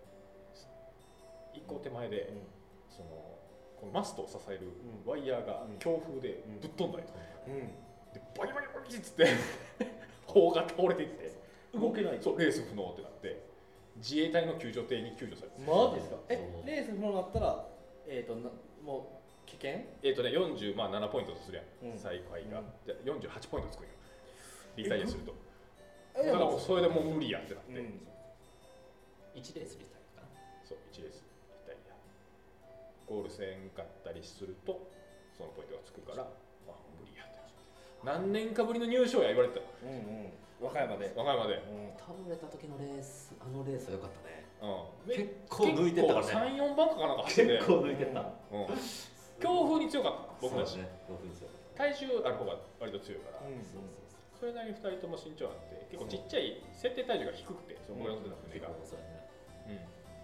[SPEAKER 1] いっこ手前で、そのこのマストを支える
[SPEAKER 2] うん
[SPEAKER 1] ワイヤーが
[SPEAKER 2] うん
[SPEAKER 1] 強風で
[SPEAKER 2] うん
[SPEAKER 1] ぶっ飛んだりとか、
[SPEAKER 2] うんうん
[SPEAKER 1] でバキバキバキっつって砲が倒れていって
[SPEAKER 2] 動けない
[SPEAKER 1] そうレース不能ってなって自衛隊の救助艇に救助されて
[SPEAKER 2] マジですか。えレース不能になったらえっ、ー、となもう危険
[SPEAKER 1] えっ、ー、とねよんじゅうななポイントとするやん、
[SPEAKER 2] うん、
[SPEAKER 1] 最下位が、
[SPEAKER 2] うん、
[SPEAKER 1] じゃあよんじゅうはちポイントつくんよリタイアすると
[SPEAKER 2] え
[SPEAKER 1] だからもうそれでもう無理やってなって、うん、
[SPEAKER 3] いちレースリタイアかな
[SPEAKER 1] そういちレースリタイアゴールせんかったりするとそのポイントがつくからあ無理やって何年かぶりの入賞や言われてた、
[SPEAKER 2] うんうん、和歌山で
[SPEAKER 1] 和歌山で、
[SPEAKER 3] うん、倒れた時のレースあのレースは良かったね、
[SPEAKER 1] うん、
[SPEAKER 3] 結構抜いてたね
[SPEAKER 1] さん、よんばんかかなんか走ってて
[SPEAKER 3] 結構抜いてた、
[SPEAKER 1] うん、強風に強かった僕たち、
[SPEAKER 3] ね、強風に強かった
[SPEAKER 1] 体重ある方が割と強いから、
[SPEAKER 2] うん、
[SPEAKER 3] そうそう
[SPEAKER 1] それなりにふたりとも身長あって結構ちっちゃい設定体重が低くてその俺の乗ってた船が、
[SPEAKER 3] そうやね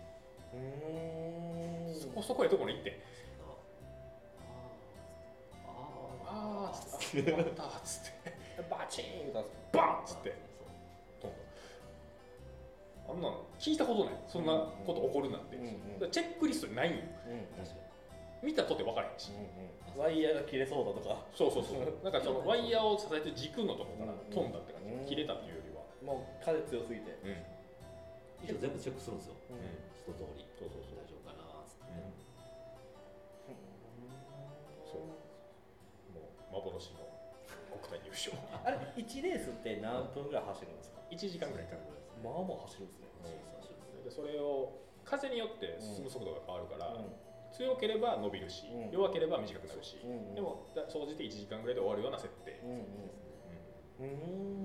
[SPEAKER 2] うん、
[SPEAKER 1] そこそこやところに行って
[SPEAKER 3] あ
[SPEAKER 1] あーっつってあったっつって
[SPEAKER 2] バチーンと
[SPEAKER 1] バンっつって飛んだあんなの聞いたことないそんなこと起こるなんて、
[SPEAKER 2] うんうん、
[SPEAKER 1] だからチェックリストにないんよ、
[SPEAKER 2] うん、
[SPEAKER 3] 確か
[SPEAKER 1] 見たとて分からへんし、
[SPEAKER 2] うんうん、ワイヤーが切れそうだとか
[SPEAKER 1] そうそうそうなんかそのワイヤーを支えてる軸のところから飛んだって感じ、うん、切れたっていうよりは
[SPEAKER 2] もう風強すぎて、
[SPEAKER 1] うん、
[SPEAKER 3] 一応全部チェックするんですよ、
[SPEAKER 2] うん、
[SPEAKER 3] 一通り
[SPEAKER 1] そうそうそう
[SPEAKER 3] 大丈夫かなっつって、
[SPEAKER 1] うん、そうもう幻の国体入賞
[SPEAKER 2] あれいちレースって何分ぐらい走るんですか。
[SPEAKER 1] いちじかんぐらいかかる
[SPEAKER 2] まあまあ走るんですね、
[SPEAKER 1] うん、でそれを風によって進む速度が変わるから、うん、強ければ伸びるし、うん、弱ければ短くなるし、うんうん、でも総じていちじかんぐらいで終わるような設定、うんうん、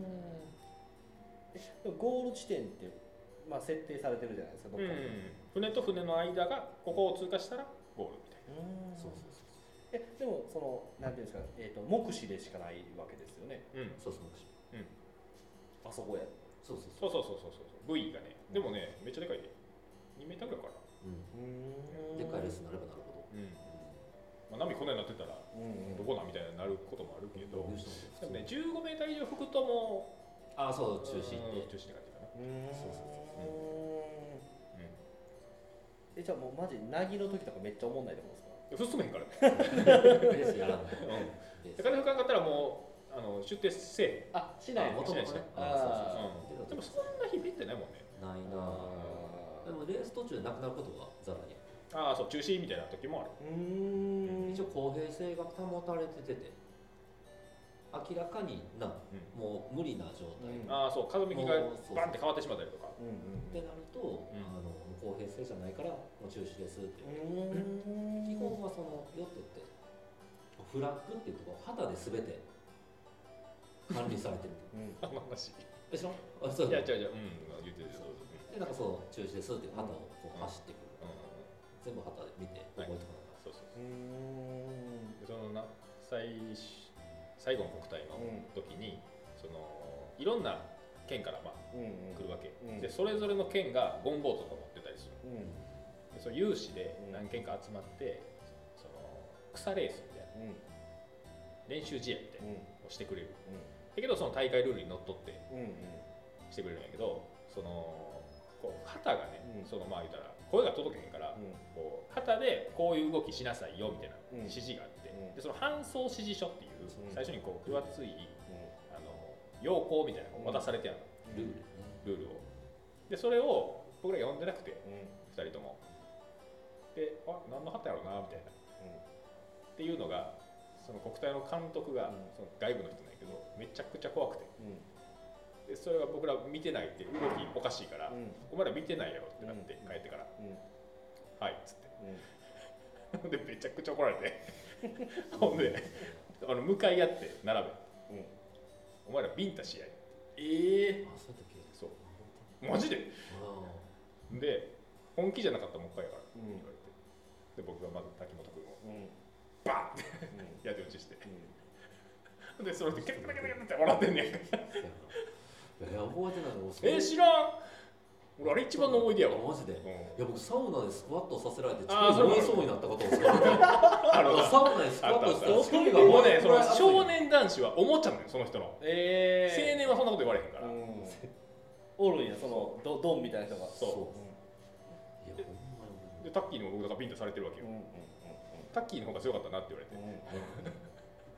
[SPEAKER 2] うんゴール地点って、まあ、設定されてるじゃないですか、どっかに、
[SPEAKER 1] うん、船と船の間がここを通過したらゴールみたいな、
[SPEAKER 2] うん、そうそうそうえでもそのなんていうんですか、えーと、目視でしかないわけですよね、
[SPEAKER 3] うん、そうそう目視、
[SPEAKER 1] うん、
[SPEAKER 2] あそこや
[SPEAKER 3] そうそう
[SPEAKER 1] そうそうそうそうそうそう V がね、でもねめっちゃでかいでにメーターぐらいかな、
[SPEAKER 3] うん、でかいレースになればなるほど、
[SPEAKER 1] うんまあ、波こんなになってたら、うんうん、どこなみたいになることもあるけど、うん、でもねじゅうごメーター以上吹くとも
[SPEAKER 3] ああそう中止って
[SPEAKER 1] 中止って感じかな、
[SPEAKER 2] うん
[SPEAKER 1] そうそうそう、うんうん、
[SPEAKER 2] えじゃあもうマジ凪の時とかめっちゃおもんないってことですか。
[SPEAKER 1] 進めへんからね
[SPEAKER 3] レースやらない、
[SPEAKER 1] うん、風吹かんかったらもうあの出廷せえ
[SPEAKER 2] あしない
[SPEAKER 1] もともとね
[SPEAKER 2] あ
[SPEAKER 1] そうそうそう、うん、でもそんな日見てないもんね
[SPEAKER 3] ないなでもレース途中でなくなることがざらに
[SPEAKER 1] ああそう中止みたいな時もある
[SPEAKER 2] うん
[SPEAKER 3] 一応公平性が保たれててて明らかにな、うん、もう無理な状態、
[SPEAKER 1] うん、ああそう風向きがバンって変わってしまったりとか
[SPEAKER 3] ってなると、うん、あの公平性じゃないからもう中止ですっていう基本はそのヨットってフラッグっていうところ旗で全て管理されてる
[SPEAKER 1] あの話
[SPEAKER 3] でしょあそう
[SPEAKER 1] いや違う違う、うん、言ってるそう
[SPEAKER 3] でなんかそう中止ですっていう旗をこう走ってくる、うん、全部旗で見て覚えてもらう、
[SPEAKER 1] はい、そうそうそうでそのな最最後の国体の時に、うん、そのいろんな県からまあ、うんうん、来るわけ、うん、でそれぞれの県がゴンボートとか持ってたりする、うん、でその有志で何県か集まって、その草レースみたいな、うん、練習試合みたいなのをしてくれる、うん、だけどその大会ルールにのっとってしてくれるんやけど、そのこう旗がね、うん、そのまあ言ったら声が届けへんから、うん、こう旗でこういう動きしなさいよみたいな指示があって、うん、でその搬送指示書っていう、うん、最初にこう分厚い、うん、あの要項みたいなのを渡されてやるの、うん、ルール、ルールをでそれを僕ら読んでなくて、うん、ふたりともであ何の旗やろうなみたいな、うん、っていうのがその国体の監督が、うん、その外部の人なんやけどめちゃくちゃ怖くて、うんでそれが僕ら見てないって動きおかしいから、うん、お前ら見てないやろってなって、うん、帰ってから、うん、はいっつって、うん、でめちゃくちゃ怒られてほんであの向かい合って並べ、うん、お前らビンタ試合
[SPEAKER 2] ええー、
[SPEAKER 3] あそうだっけ
[SPEAKER 1] そうマジでで本気じゃなかったらもう一回やから、うん、言われてで僕がまず滝本君を、うん、バンってやって落ちして、うん、でそれでケタケタケタケタって笑ってんねん
[SPEAKER 3] えー、覚えてないの
[SPEAKER 1] えー、知らん俺あれ一番の思い出やわ
[SPEAKER 3] マジで、うん、いや僕サウナでスクワットさせられて
[SPEAKER 1] ちょっと
[SPEAKER 3] 酔いそうになったことをサウナでスクワットして
[SPEAKER 1] 一人がもうねその少年男子はおもちゃなのよその人の、
[SPEAKER 2] えー、
[SPEAKER 1] 青年はそんなこと言われへんから、うん、
[SPEAKER 2] おるんやそのドドンみたいな人が
[SPEAKER 1] そう、うん、で, でタッキーにも僕だからビンタされてるわけよ、うんうんうん、タッキーの方が強かったなって言われて、うんうん、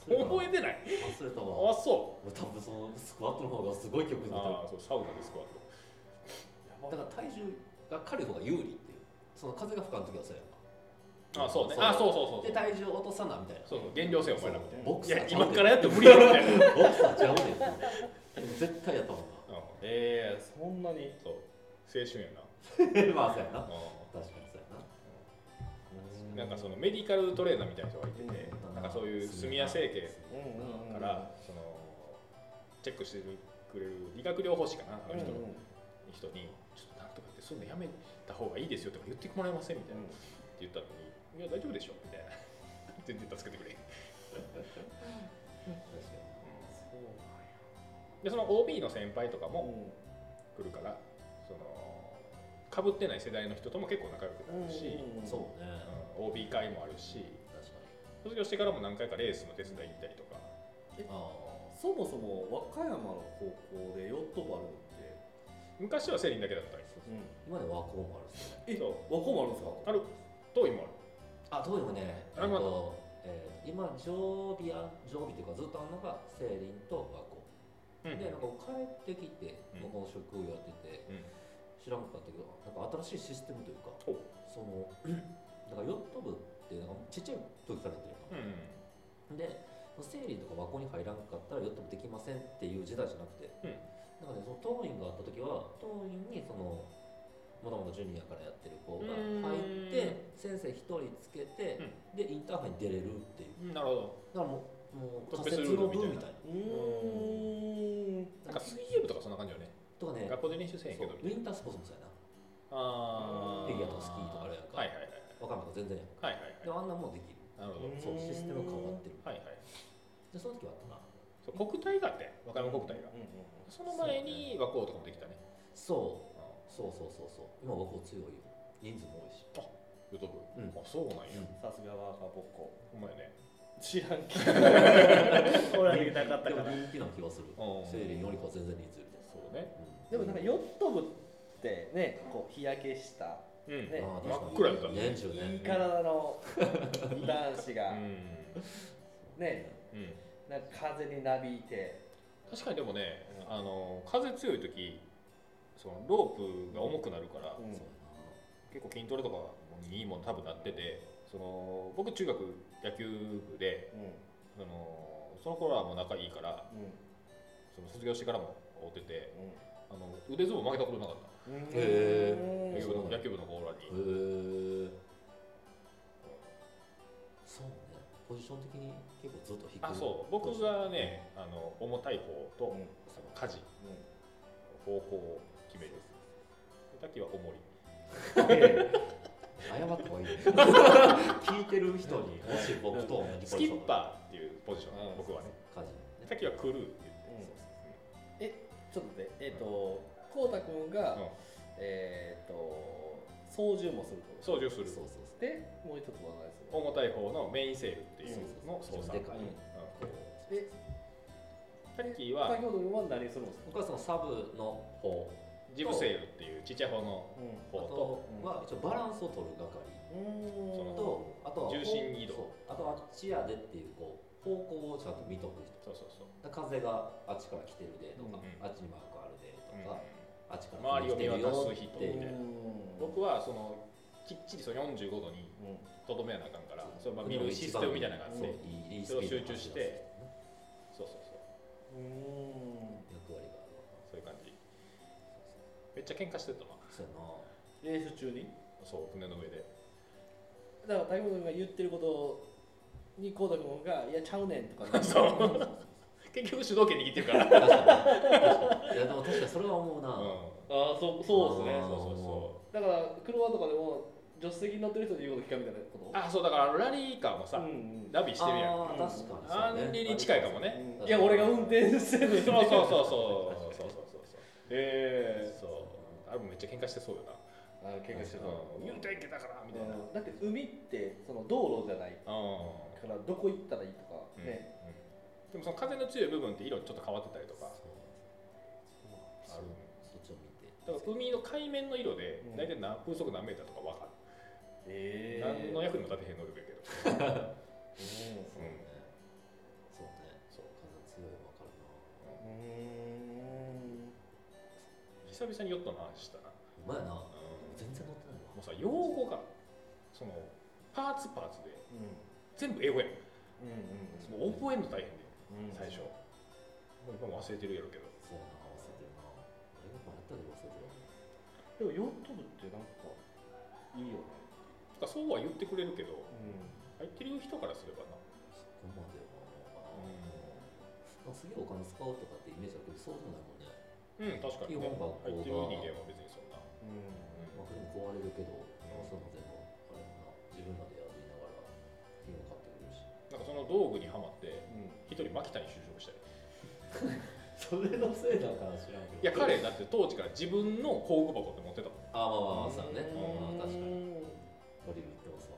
[SPEAKER 1] 覚えてない？
[SPEAKER 3] 忘れたわ。
[SPEAKER 1] あ、そ
[SPEAKER 3] 俺多分そのスクワットの方がすごい曲
[SPEAKER 1] う。
[SPEAKER 3] 作ってる。
[SPEAKER 1] ああ、そう、サウナでスクワット。
[SPEAKER 3] だから体重が軽い方が有利っていう。その風が吹かん時はそうやんか。
[SPEAKER 1] あ、そうね。あ、そうそうそうそう。
[SPEAKER 3] で体重を落とさなみたいな。
[SPEAKER 1] そうそう、減量せよお前らみたいな。
[SPEAKER 3] ボクサー
[SPEAKER 1] いや、今からやっても無理やろみたいな。
[SPEAKER 3] ボクサーちゃうねんって絶対やったもんな。
[SPEAKER 2] ええー、そんなに。
[SPEAKER 1] そう、青春やな。
[SPEAKER 3] まあそうやな。
[SPEAKER 1] う
[SPEAKER 3] 確かにそうやな。
[SPEAKER 1] んなんかそのメディカルトレーナーみたいな人がいてて、なんかそういう住谷整形からそのチェックしてくれる理学療法士かな、あの人の人にちょっとなんとかってそういうのやめた方がいいですよとか言ってもらえませんみたいなって言ったのに、いや大丈夫でしょみたいな、全然助けてくれ。でその オービー の先輩とかも来るから、その被ってない世代の人とも結構仲良くなるし、
[SPEAKER 3] そうね、
[SPEAKER 1] うん、オービー 会もあるし、
[SPEAKER 3] 確かに
[SPEAKER 1] 卒業してからも何回かレースの手伝い行ったりとか。
[SPEAKER 3] あ
[SPEAKER 2] そもそも和歌山の高校でヨット部あるのって、
[SPEAKER 1] 昔はセリンだけだったり、
[SPEAKER 3] 今で和光もあるしね。
[SPEAKER 2] え、
[SPEAKER 1] そう
[SPEAKER 2] 和光もあるんですか？
[SPEAKER 1] ある、遠いもある。
[SPEAKER 3] あ、どういうもね、えっ
[SPEAKER 1] あれは
[SPEAKER 3] と、えー、今常備あ常備っていうかずっとあるのがセーリンと和光、
[SPEAKER 1] うん
[SPEAKER 3] でなんか帰ってきて、
[SPEAKER 1] うん
[SPEAKER 3] この職業やってて、
[SPEAKER 1] うん
[SPEAKER 3] 知らんかったけど、なんか新しいシステムというか、
[SPEAKER 1] ほう
[SPEAKER 3] そのだからヨット部ってなんかちっちゃい時からやってるやんか、
[SPEAKER 1] うん
[SPEAKER 3] でセーリンとか和光に入らんかったらヨット部できませんっていう時代じゃなくて、
[SPEAKER 1] うん
[SPEAKER 3] なんかね、その当院があった時は当院にそのもともとジュニアからやってる子が入って先生一人つけて、うん、でインターハイに出れるっていう、
[SPEAKER 1] うん、なるほど。
[SPEAKER 3] だからもうもう
[SPEAKER 1] 特
[SPEAKER 3] 仮設の部みたいな。
[SPEAKER 2] うーん。
[SPEAKER 1] なんか水泳部とかそんな感じよね。
[SPEAKER 3] とかね、
[SPEAKER 1] 学校で練習せえへんけど。
[SPEAKER 3] ウィンタースポーツもそうやな。
[SPEAKER 1] ああ。
[SPEAKER 3] フィギュアとかスキーとかあるやんか。
[SPEAKER 1] はいはいはい。
[SPEAKER 3] わかんないと全然やんか。
[SPEAKER 1] はいはいはい。
[SPEAKER 3] でもあんなもんできる。
[SPEAKER 1] なるほど。
[SPEAKER 3] そう、システム変わってる。
[SPEAKER 1] はいはい。
[SPEAKER 3] で、その時はあったな。
[SPEAKER 1] そう国体があって、和歌山国体が。その前に和光とかもできたね。
[SPEAKER 3] そう。そうそうそうそう。今和光強いよ。人数も多いし。
[SPEAKER 1] あ、ヨト部。
[SPEAKER 3] うん。
[SPEAKER 1] あ、そうなんや。
[SPEAKER 2] さすがは赤ぼっこ。
[SPEAKER 1] ほんまやね。
[SPEAKER 2] 知らんけど。俺はなかった
[SPEAKER 3] でも
[SPEAKER 2] から。
[SPEAKER 3] 人気な気がする。セーリンよりかは全然人数いる。
[SPEAKER 1] そうね。
[SPEAKER 2] でもなんかヨット部ってね、こう日焼けした
[SPEAKER 1] うん。
[SPEAKER 2] ね、
[SPEAKER 1] 真っ暗やったね。
[SPEAKER 3] 年中ね。
[SPEAKER 2] いい体の男子が
[SPEAKER 1] うん。
[SPEAKER 2] ね、
[SPEAKER 1] うん。
[SPEAKER 2] なんか風になびいて。
[SPEAKER 1] 確かにでもね、あの風強い時、そのロープが重くなるから、
[SPEAKER 2] うん
[SPEAKER 1] 結構筋トレとかにいいもの多分なってて、その僕中学野球部で、
[SPEAKER 2] うん
[SPEAKER 1] そのその頃はもう仲いいから、
[SPEAKER 2] うん
[SPEAKER 1] その卒業してからも会ってて、
[SPEAKER 2] うん
[SPEAKER 1] あの腕相撲負けたことなかった。
[SPEAKER 2] へ
[SPEAKER 3] へ
[SPEAKER 1] 野球部の野球部の子らに。
[SPEAKER 3] へえ。そうね。ポジション的に結構ずっと低い。
[SPEAKER 1] あ、そう。僕がね、あの重たい方と、
[SPEAKER 2] うん
[SPEAKER 1] その舵、方向を決める。滝は重い。
[SPEAKER 3] 謝った方がいいね。聞いてる人にもし僕と同じ
[SPEAKER 1] スキッパーっていうポジション、僕はね。
[SPEAKER 3] 家事
[SPEAKER 1] 滝はクルーって言って。
[SPEAKER 2] え、ちょっと待って、えっと、こうたくんが、えっと、操縦もするってこと
[SPEAKER 1] 操縦する。
[SPEAKER 3] そうそうそう。
[SPEAKER 2] で、もう一つは何する
[SPEAKER 1] 重たい方のメインセールっていうの操作。
[SPEAKER 3] でかい。
[SPEAKER 2] え、
[SPEAKER 1] タッキーは
[SPEAKER 2] 先ほどは何するんですか？
[SPEAKER 3] 僕はそのサブの方、
[SPEAKER 1] ジブセールっていうちっちゃい方の
[SPEAKER 3] あ
[SPEAKER 1] 方と、
[SPEAKER 3] とは一応バランスを取る係
[SPEAKER 2] うん
[SPEAKER 1] その
[SPEAKER 3] と、あとは
[SPEAKER 1] 重心移動
[SPEAKER 3] そうあとはあっちやでっていうこう方向をちゃんと見とく人。
[SPEAKER 1] そうそうそう。
[SPEAKER 3] だから風があっちから来てるでとか、
[SPEAKER 1] うん
[SPEAKER 3] あっちにマークあるでと
[SPEAKER 1] うん
[SPEAKER 3] か、あっちから
[SPEAKER 1] 周りを見渡す人
[SPEAKER 3] っていう
[SPEAKER 1] みたいな。僕はそのきっちりそのよんじゅうごどにとどめやなあかんから、それまあ見るシステムみたいなのがあって、
[SPEAKER 3] いい
[SPEAKER 1] それを集中して、そうそうそう。
[SPEAKER 2] うん
[SPEAKER 3] 役割があるわ。
[SPEAKER 1] そういう感じ。めっちゃ喧嘩してたな。
[SPEAKER 3] そうやな。
[SPEAKER 2] レース中に
[SPEAKER 1] そう、船の上で。
[SPEAKER 2] だから太鼓君が言ってることにこうたくんが「いやちゃうねん」とかね
[SPEAKER 1] そう結局主導権握ってるから。
[SPEAKER 3] 確かに確かに。いやでも確かにそれは思うな。
[SPEAKER 1] うん
[SPEAKER 2] ああそうそうですね
[SPEAKER 3] あー
[SPEAKER 1] そうそうそ
[SPEAKER 2] だから車とかでも助手席に乗ってる人に言うこと聞かんみたいなこと
[SPEAKER 1] う。あ、そうだからラリーカーもさ、
[SPEAKER 2] うんうん
[SPEAKER 1] ナビしてるやん。
[SPEAKER 3] あー確かにそうね。
[SPEAKER 1] あれに近いかもね。
[SPEAKER 2] いや俺が運転してるのに
[SPEAKER 1] そうそうそうそうそうそうそうそう。
[SPEAKER 2] え
[SPEAKER 1] そう。あれもめっちゃ喧嘩してそうよな。
[SPEAKER 2] あー喧嘩してた
[SPEAKER 1] うん言うてんけだからみたいな。
[SPEAKER 2] だって海ってその道路じゃないか
[SPEAKER 1] うん。
[SPEAKER 2] らどこ行ったらいいとか
[SPEAKER 1] うん
[SPEAKER 2] ね、
[SPEAKER 1] でもその風の強い部分って色ちょっと変わってたりとかある。
[SPEAKER 3] そっちを見て。
[SPEAKER 1] だから海の海面の色で
[SPEAKER 2] うん
[SPEAKER 1] 大体何風速何メーターとか分かる。
[SPEAKER 2] え
[SPEAKER 1] 何の役にも立てへん能力やけど。
[SPEAKER 2] うん
[SPEAKER 3] そうね。そ
[SPEAKER 1] 久々にヨットの話したな。
[SPEAKER 3] お前やな、
[SPEAKER 1] うん、
[SPEAKER 3] 全然乗ってないわ。
[SPEAKER 1] もうさ、用語がそのパーツパーツで
[SPEAKER 2] うん
[SPEAKER 1] 全部英語やん。
[SPEAKER 2] うんうん
[SPEAKER 1] もう覚えるの大変で、
[SPEAKER 2] うん
[SPEAKER 1] 最初。もう今も忘れてるやろうけど。
[SPEAKER 3] そうやな、忘れてるな。映画館やったけど忘れてるわ。
[SPEAKER 2] でもヨット部ってなんかいいよね。
[SPEAKER 1] だからそうは言ってくれるけど、
[SPEAKER 2] うん
[SPEAKER 1] 入ってる人からすればな。
[SPEAKER 3] そこまではな。
[SPEAKER 1] うん
[SPEAKER 3] なんかすげえお金使うとかってイメージあるけど、そうでもないもんね。
[SPEAKER 1] うん、確かに、ね、
[SPEAKER 3] 基本学校が
[SPEAKER 1] 入ってる人間は別にそんな。
[SPEAKER 2] うん
[SPEAKER 3] まあ、でも壊れるけど、そういうの全部あれやな、自分らでやりながら、品を買ってくれるし。
[SPEAKER 1] なんかその道具にはまって
[SPEAKER 2] うん
[SPEAKER 1] 一人牧田に就職したり。
[SPEAKER 3] それのせいだから知らんけど。
[SPEAKER 1] いや彼だって当時から自分の工具箱って持ってたもん。
[SPEAKER 3] あまあまあまあ、そうね。
[SPEAKER 2] うん
[SPEAKER 3] まあ確かに。ドリル行ってますわ。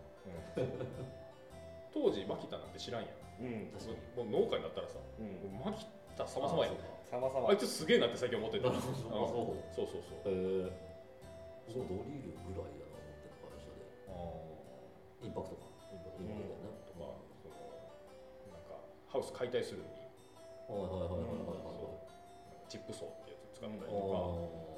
[SPEAKER 1] 当時牧田なんて知らんやん。
[SPEAKER 2] うん
[SPEAKER 3] 確かに。
[SPEAKER 1] もう農家になったらさ、
[SPEAKER 2] うん
[SPEAKER 1] もう牧田様々やん。
[SPEAKER 2] さまさま
[SPEAKER 1] あいつすげえなって最近思ってた。
[SPEAKER 3] なるほど。
[SPEAKER 1] そうそうそう。
[SPEAKER 3] へえ。そうドリルぐらいやな、思ってた会社で。
[SPEAKER 1] あ
[SPEAKER 3] インパクトか。インパクトだよね。
[SPEAKER 1] ーまあそのなんかハウス解体するのに
[SPEAKER 3] はいはいはいはいはいはい。
[SPEAKER 1] チップ層ってやつ使ったりとか、
[SPEAKER 3] あ
[SPEAKER 1] うん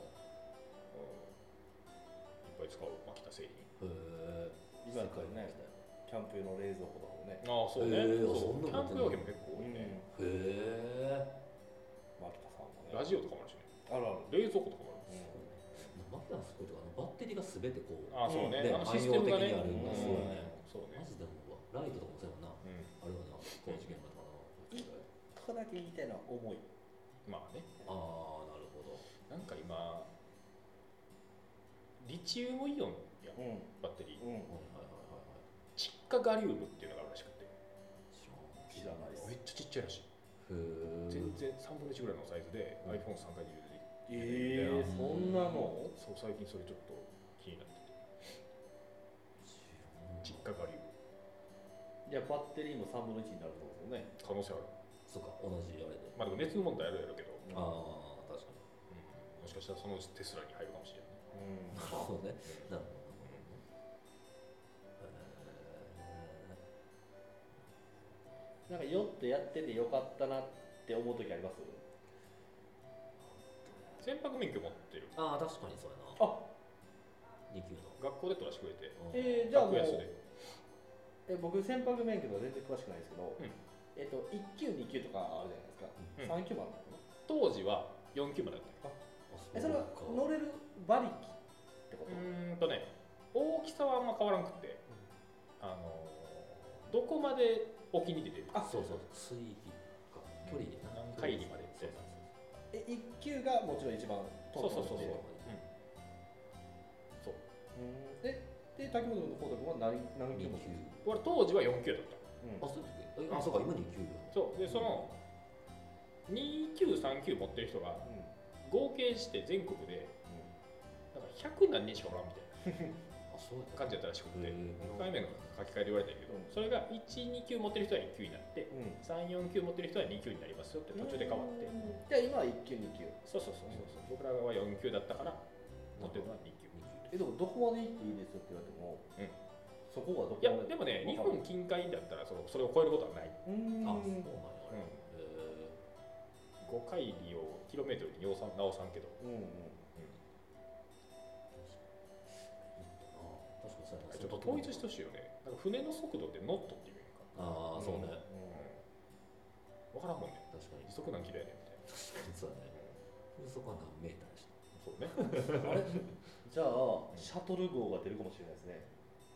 [SPEAKER 1] いっぱい使う牧田製品。
[SPEAKER 3] へえ。
[SPEAKER 2] 今やったらねキャンプ用の冷蔵庫とかもね
[SPEAKER 1] ああそうね。
[SPEAKER 3] へー
[SPEAKER 1] そうキ
[SPEAKER 3] そんなの
[SPEAKER 1] ャンプ用品も結構多いね。
[SPEAKER 3] へえ。
[SPEAKER 2] 牧田さんもね
[SPEAKER 1] ラジオとかもあるしね。
[SPEAKER 2] あるある
[SPEAKER 1] 冷蔵庫とかもある。
[SPEAKER 3] マキタのすごいとか、あのバッテリーがすべてこう、
[SPEAKER 1] ああそうね。
[SPEAKER 3] ね
[SPEAKER 1] あのシステムがね。
[SPEAKER 3] 汎用的にあるんだすごいね
[SPEAKER 1] そうね
[SPEAKER 3] マ。ジで思うわ。ライトとかもそうやもんな。
[SPEAKER 1] うん
[SPEAKER 3] あれはな、工事現場とかな。
[SPEAKER 2] ここだけ言いたいのは重い
[SPEAKER 1] まあね。
[SPEAKER 3] ああ、なるほど。
[SPEAKER 1] なんか今リチウムイオンやん
[SPEAKER 2] うん
[SPEAKER 1] バッテリー。
[SPEAKER 2] うん
[SPEAKER 3] はいはいはいはいはい。
[SPEAKER 1] 窒化ガリウムっていうのがあるらしくて、
[SPEAKER 3] 知らん
[SPEAKER 2] 知らないです
[SPEAKER 1] めっちゃちっちゃいらしい。
[SPEAKER 3] へえ。
[SPEAKER 1] 全然さんぶんのいちぐらいのサイズで アイフォンさん 回に入れて
[SPEAKER 2] ええそんなの
[SPEAKER 1] そう最近それちょっと気になってて。窒化ガリウム
[SPEAKER 2] じゃあバッテリーもさんぶんのいちになるってことですよね
[SPEAKER 1] 可能性ある。
[SPEAKER 3] そうか、同じあれで。
[SPEAKER 1] まあでも熱の問題あるやろうけど、うん、
[SPEAKER 3] ああ、確かに。
[SPEAKER 1] もしかしたらそのうちテスラに入るかもしれない。
[SPEAKER 2] うん
[SPEAKER 3] なるほどね。なるほど。
[SPEAKER 2] なんか酔ってやっててよかったなって思う時あります
[SPEAKER 1] 船舶免許持ってる。
[SPEAKER 3] ああ、確かにそうやな。
[SPEAKER 2] あ
[SPEAKER 3] に級の。
[SPEAKER 1] 学校で取らせてくれて、
[SPEAKER 2] えー、じゃあもう
[SPEAKER 1] 格安で。
[SPEAKER 2] え僕船舶免許とか全然詳しくないですけど、
[SPEAKER 1] うん
[SPEAKER 2] えっといっ級に級とかあるじゃないですか、
[SPEAKER 1] うん
[SPEAKER 2] さん級もあるのかな
[SPEAKER 1] 当時はよん級までだったよ。
[SPEAKER 3] あ
[SPEAKER 2] えそれは乗れる馬力ってこと、
[SPEAKER 1] うーんとね、大きさはあんま変わらなくて、あのーどこまで沖に出てるか。
[SPEAKER 2] あ
[SPEAKER 3] そうそう、水域か。距離でな。
[SPEAKER 1] 何海里まで。
[SPEAKER 3] そう
[SPEAKER 2] えいっ級がもちろん一番
[SPEAKER 1] そうそうそうそう。
[SPEAKER 2] で
[SPEAKER 1] そう。
[SPEAKER 2] うんでで滝本の光太君は何何級も
[SPEAKER 3] に級。
[SPEAKER 1] 俺当時はよん級だった。
[SPEAKER 2] うん
[SPEAKER 3] あ、そういう時えあ、そうか、今に級よ。
[SPEAKER 1] そうでそのに級さん級持ってる人が合計して全国でなんかひゃく何人しかおらんみたい
[SPEAKER 3] あ、そうやっ
[SPEAKER 1] な感じだったらしくて、
[SPEAKER 3] へー
[SPEAKER 1] いっかいめの書き換えで言われたけど、
[SPEAKER 2] うん
[SPEAKER 1] それがいち、に級持ってる人はいっ級になって
[SPEAKER 2] うんうん
[SPEAKER 1] さん、よん級持ってる人はに級になりますよって途中で変わって、
[SPEAKER 2] じゃあ今はいっ級に級
[SPEAKER 1] そうそうそうそうそう僕らはよん級だったから持ってるのはに級。
[SPEAKER 2] えでもどこまで行っていいですよって言われても、
[SPEAKER 1] うん
[SPEAKER 2] そこがどこ
[SPEAKER 1] いや
[SPEAKER 2] まで
[SPEAKER 1] でもね日
[SPEAKER 2] わかる
[SPEAKER 1] 本近海だったらそのそれを超えることはない。
[SPEAKER 2] うーん
[SPEAKER 3] あ、そうなんや。
[SPEAKER 1] うん
[SPEAKER 3] へ
[SPEAKER 1] ご海里をキロメートルに直さん直さんけど、
[SPEAKER 2] うんうん
[SPEAKER 3] 確かにそうやな。
[SPEAKER 1] ちょっと統一してほしいよね。なんか船の速度ってノットっていうやんか。
[SPEAKER 3] ああ、そうね。
[SPEAKER 1] 分からんもんね。
[SPEAKER 3] 確かに。
[SPEAKER 1] 時速何キロやねんみたいな。
[SPEAKER 3] 確かにそうやね。風速は何メーターでした。
[SPEAKER 1] そうね。
[SPEAKER 2] あれじゃあシャトル号が出るかもしれないですね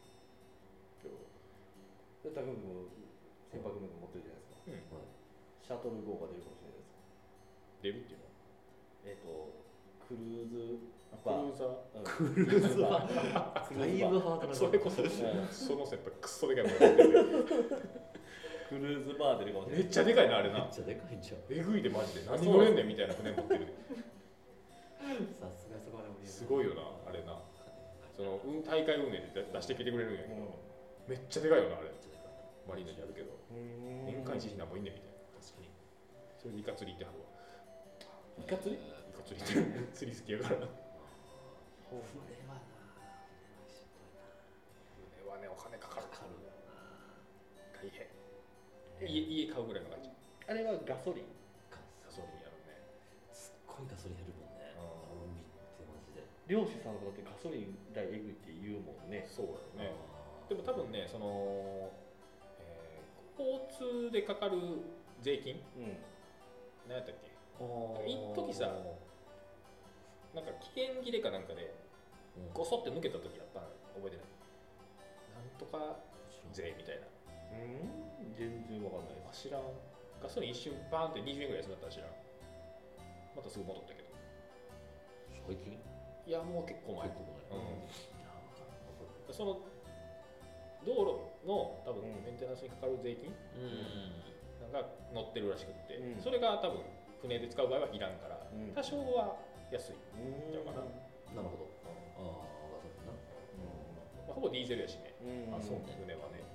[SPEAKER 2] で滝本君も船舶免許持ってるじゃないですか
[SPEAKER 1] うん。
[SPEAKER 3] はい。
[SPEAKER 2] シャトル号が出るかもしれないです
[SPEAKER 1] 出るっていうの
[SPEAKER 2] えっ、とクルーズ
[SPEAKER 1] は。クルーザー。
[SPEAKER 2] うん
[SPEAKER 3] クルーズバー。だいぶハードな。
[SPEAKER 1] それこそ、
[SPEAKER 2] ん
[SPEAKER 1] その先輩クソでかいもんやってる
[SPEAKER 2] クルーズバー出るかもしれない
[SPEAKER 1] めっちゃでかいな、あれな。
[SPEAKER 3] めっちゃでかいんじゃん。
[SPEAKER 1] えぐいでマジで。何乗れんねんみたいな船持ってるで。
[SPEAKER 3] さすがそこまで無理やな
[SPEAKER 1] すごいよな、あれな。その、うん、大会運営で出してきてくれるんやけど、めっちゃでかいよな、あれ
[SPEAKER 3] めっ。ちゃでかいな。
[SPEAKER 1] マリーナにあるけど。
[SPEAKER 2] うん
[SPEAKER 1] 年間一時なんもいんねんみたいな。
[SPEAKER 3] 確かに。
[SPEAKER 1] それでイカ釣り行ってはるわ。
[SPEAKER 2] イカ釣り
[SPEAKER 1] イカ釣りって釣り好きやからな。
[SPEAKER 3] 船はな、船はしんどいな。
[SPEAKER 1] 船はね、お金かかる。
[SPEAKER 3] かかるよな。
[SPEAKER 1] 大変。家、家買うぐらいの感じ。
[SPEAKER 2] あれはガソリン
[SPEAKER 3] ガ
[SPEAKER 1] ガソリンやるね。
[SPEAKER 3] すっごいガソリン減るもんね。
[SPEAKER 1] うん
[SPEAKER 3] 海っ
[SPEAKER 2] 漁師さんとかってガソリン代えぐいって言うもんね。
[SPEAKER 1] そうだよね。でも多分ね、その、えー交通でかかる税金、
[SPEAKER 2] うん。
[SPEAKER 1] 何やったっけ、
[SPEAKER 3] あー
[SPEAKER 1] 一時さなんか期限切れかなんかで
[SPEAKER 3] うん
[SPEAKER 1] ゴソって抜けた時やったの覚えてない？なんとか税みたいな。
[SPEAKER 2] うん。全然わかんない
[SPEAKER 1] あ、
[SPEAKER 2] です。
[SPEAKER 1] 知らん。ガソリン一瞬バーンってにじゅうえんぐらい安くなったら知らん。またすぐ戻ったけど。
[SPEAKER 3] 最近
[SPEAKER 1] いや、もう結構前。
[SPEAKER 3] 結構前
[SPEAKER 1] うん
[SPEAKER 3] いやわかるわかる
[SPEAKER 1] その道路の多分
[SPEAKER 2] うん
[SPEAKER 1] メンテナンスにかかる税金
[SPEAKER 3] うん
[SPEAKER 1] が乗ってるらしくって、
[SPEAKER 2] うん
[SPEAKER 1] それが多分船で使う場合はいらんから、
[SPEAKER 2] うん
[SPEAKER 1] 多少は安い、
[SPEAKER 2] うん。
[SPEAKER 1] ちゃうかな。
[SPEAKER 3] なるほどああガソリンな
[SPEAKER 1] まあ、ほぼディーゼルやしね、
[SPEAKER 2] うん。
[SPEAKER 3] あそうね
[SPEAKER 1] 船はね。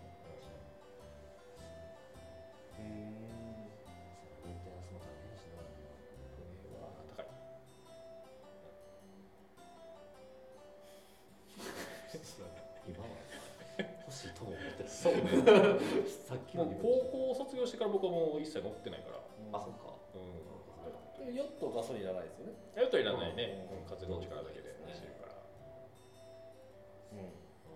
[SPEAKER 2] うん。
[SPEAKER 3] メンテナンスも大変だしな
[SPEAKER 1] 船は高い。
[SPEAKER 3] 今は欲しいとも思ってる
[SPEAKER 1] そうね。
[SPEAKER 3] さっき
[SPEAKER 1] もう
[SPEAKER 3] の
[SPEAKER 1] 高校を卒業してから僕はもう一切乗ってないから。
[SPEAKER 3] あそっか
[SPEAKER 1] うん。
[SPEAKER 2] ヨットガソリンいらないですよね。
[SPEAKER 1] やるといらないね。
[SPEAKER 2] うん
[SPEAKER 1] うん風の力だけで走るから。
[SPEAKER 2] うん。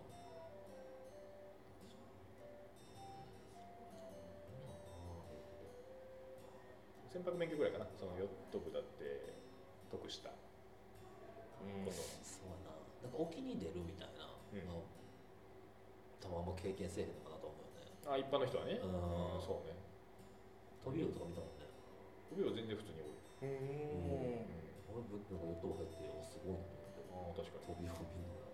[SPEAKER 1] 船舶免許ぐらいかな。そのヨット部だって得したこ
[SPEAKER 2] うん。
[SPEAKER 1] と。
[SPEAKER 3] そうやななんか沖に出るみたいな
[SPEAKER 1] うん
[SPEAKER 3] のたまも経験せえへんのかなと思うよね
[SPEAKER 1] あ、一般の人はね。
[SPEAKER 3] うん
[SPEAKER 1] そうね。
[SPEAKER 3] 飛び漁とか見たもんね
[SPEAKER 1] 飛びは全然普通に多い。
[SPEAKER 2] うん。
[SPEAKER 3] 俺ぶなんかヨット部入っておすごいなと思って
[SPEAKER 1] ああ、確かに。
[SPEAKER 3] 飛び漁見んの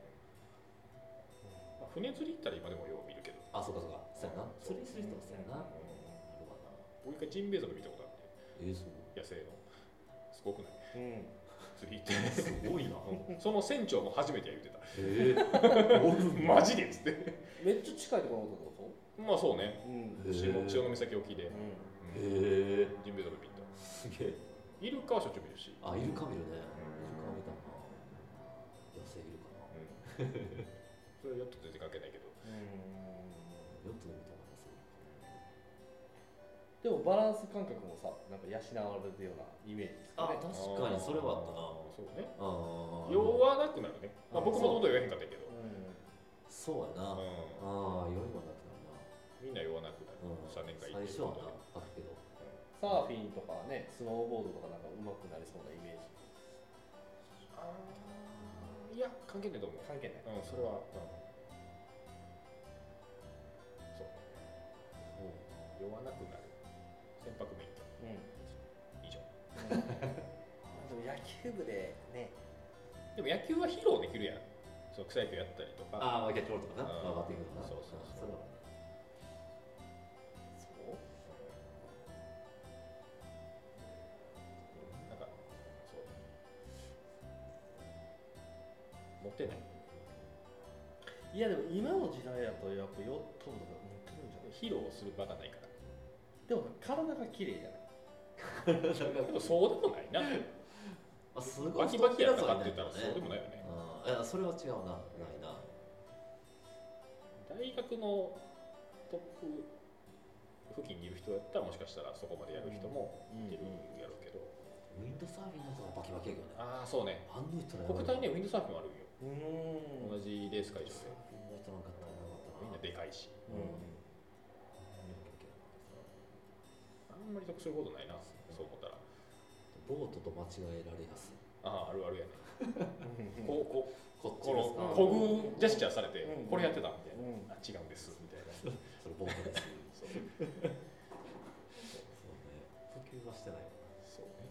[SPEAKER 1] まあ、船釣り行ったら今でもよう見るけど。
[SPEAKER 3] あそうかそうかそうやな釣りする人はそうやな
[SPEAKER 1] うん
[SPEAKER 3] いるわな
[SPEAKER 1] 俺一回ジンベエザメ見たことあって、
[SPEAKER 3] えー、そう
[SPEAKER 1] 野生の。すごくない？
[SPEAKER 2] うん。
[SPEAKER 1] 釣り行って。
[SPEAKER 3] すごいな
[SPEAKER 1] うんその船長も初めて言ってた。
[SPEAKER 3] えー、おるんだ
[SPEAKER 1] マジでっつって。
[SPEAKER 2] めっちゃ近いところのことってこ
[SPEAKER 1] まあそうね。
[SPEAKER 2] と？うん。
[SPEAKER 3] へー
[SPEAKER 1] 潮潮の岬沖で、
[SPEAKER 2] う
[SPEAKER 1] うん
[SPEAKER 3] へえ
[SPEAKER 1] ジンベエザメ見た。
[SPEAKER 3] すげえ
[SPEAKER 1] イルカはしょっちゅう見るし。
[SPEAKER 3] あイルカ見るね
[SPEAKER 1] うん
[SPEAKER 3] イルカ見たな野生イルカな
[SPEAKER 1] うんそれはヨット全然関係ないけど。
[SPEAKER 2] ん。
[SPEAKER 3] ヨットで見たな野生イル
[SPEAKER 2] でもバランス感覚もさ、なんか養われるようなイメージですよね。
[SPEAKER 3] カあ確かにそれはあったな
[SPEAKER 1] あーそうね。
[SPEAKER 3] あー
[SPEAKER 1] 弱なくなるね。まあ、
[SPEAKER 2] あ
[SPEAKER 1] 僕もともと弱へんかったけど、
[SPEAKER 2] うん。
[SPEAKER 3] そうやな、
[SPEAKER 1] う
[SPEAKER 3] ああ酔いはなくなるな、
[SPEAKER 1] ん、みんな弱なくなる。
[SPEAKER 3] うん、
[SPEAKER 1] さんねんかん
[SPEAKER 3] 最初はなあるけど
[SPEAKER 2] サーフィンとかね、スノーボードとかなんか上手くなりそうなイメージ。
[SPEAKER 1] あーいや、関係ないと思う。
[SPEAKER 2] 関係ない。
[SPEAKER 1] うん、それは、うん、そうね。
[SPEAKER 3] うん
[SPEAKER 1] 弱なくなる。船舶免許
[SPEAKER 2] うん。
[SPEAKER 1] 以上。
[SPEAKER 2] でも野球部でね。
[SPEAKER 1] でも野球は披露できるやん。そう草野球やったりとか。
[SPEAKER 3] ああキャッチボールとかな、
[SPEAKER 1] うん
[SPEAKER 3] まあ、バッティングとかな
[SPEAKER 1] そうそうそう
[SPEAKER 3] それは
[SPEAKER 2] そう。
[SPEAKER 1] なんか、そう。持ってない。
[SPEAKER 2] いやでも今の時代だとやっぱヨット部とか持ってるんじゃない？
[SPEAKER 1] 披露する場がないから。
[SPEAKER 2] でも体が綺麗じゃない？
[SPEAKER 1] でもそうでもないな。
[SPEAKER 3] あすごい
[SPEAKER 1] バキバキやったかって言ったら
[SPEAKER 3] ね
[SPEAKER 1] そうでもないよね。
[SPEAKER 3] あーいやそれは違うなないな
[SPEAKER 1] 大学のトップ付近にいる人だったらもしかしたらそこまでやる人もいてるんやろうけど、
[SPEAKER 3] ウィンドサーフィンの人がバキバキやけどね
[SPEAKER 1] ああそうね、
[SPEAKER 3] あんの人ら
[SPEAKER 1] 国体ねウィンドサーフィンもあるんよ、
[SPEAKER 2] うーん。
[SPEAKER 1] 同じレース会場で
[SPEAKER 3] サーフィンの人なんかったらよかったな
[SPEAKER 1] みんなでかいし、
[SPEAKER 2] うん。
[SPEAKER 1] あんまり得することないな、そう思ったら。
[SPEAKER 3] ボートと間違えられやすい
[SPEAKER 1] あああるあるやね。
[SPEAKER 2] うん
[SPEAKER 1] こうこ
[SPEAKER 3] こっ
[SPEAKER 1] うこの
[SPEAKER 3] ですか
[SPEAKER 1] こぐジェスチャーされて、
[SPEAKER 2] うん
[SPEAKER 1] これやってたみたいな、
[SPEAKER 2] うん
[SPEAKER 1] あ違うんですみたいな。
[SPEAKER 3] それボートです
[SPEAKER 1] そう
[SPEAKER 3] そうね普及はしてないよな
[SPEAKER 1] そうね。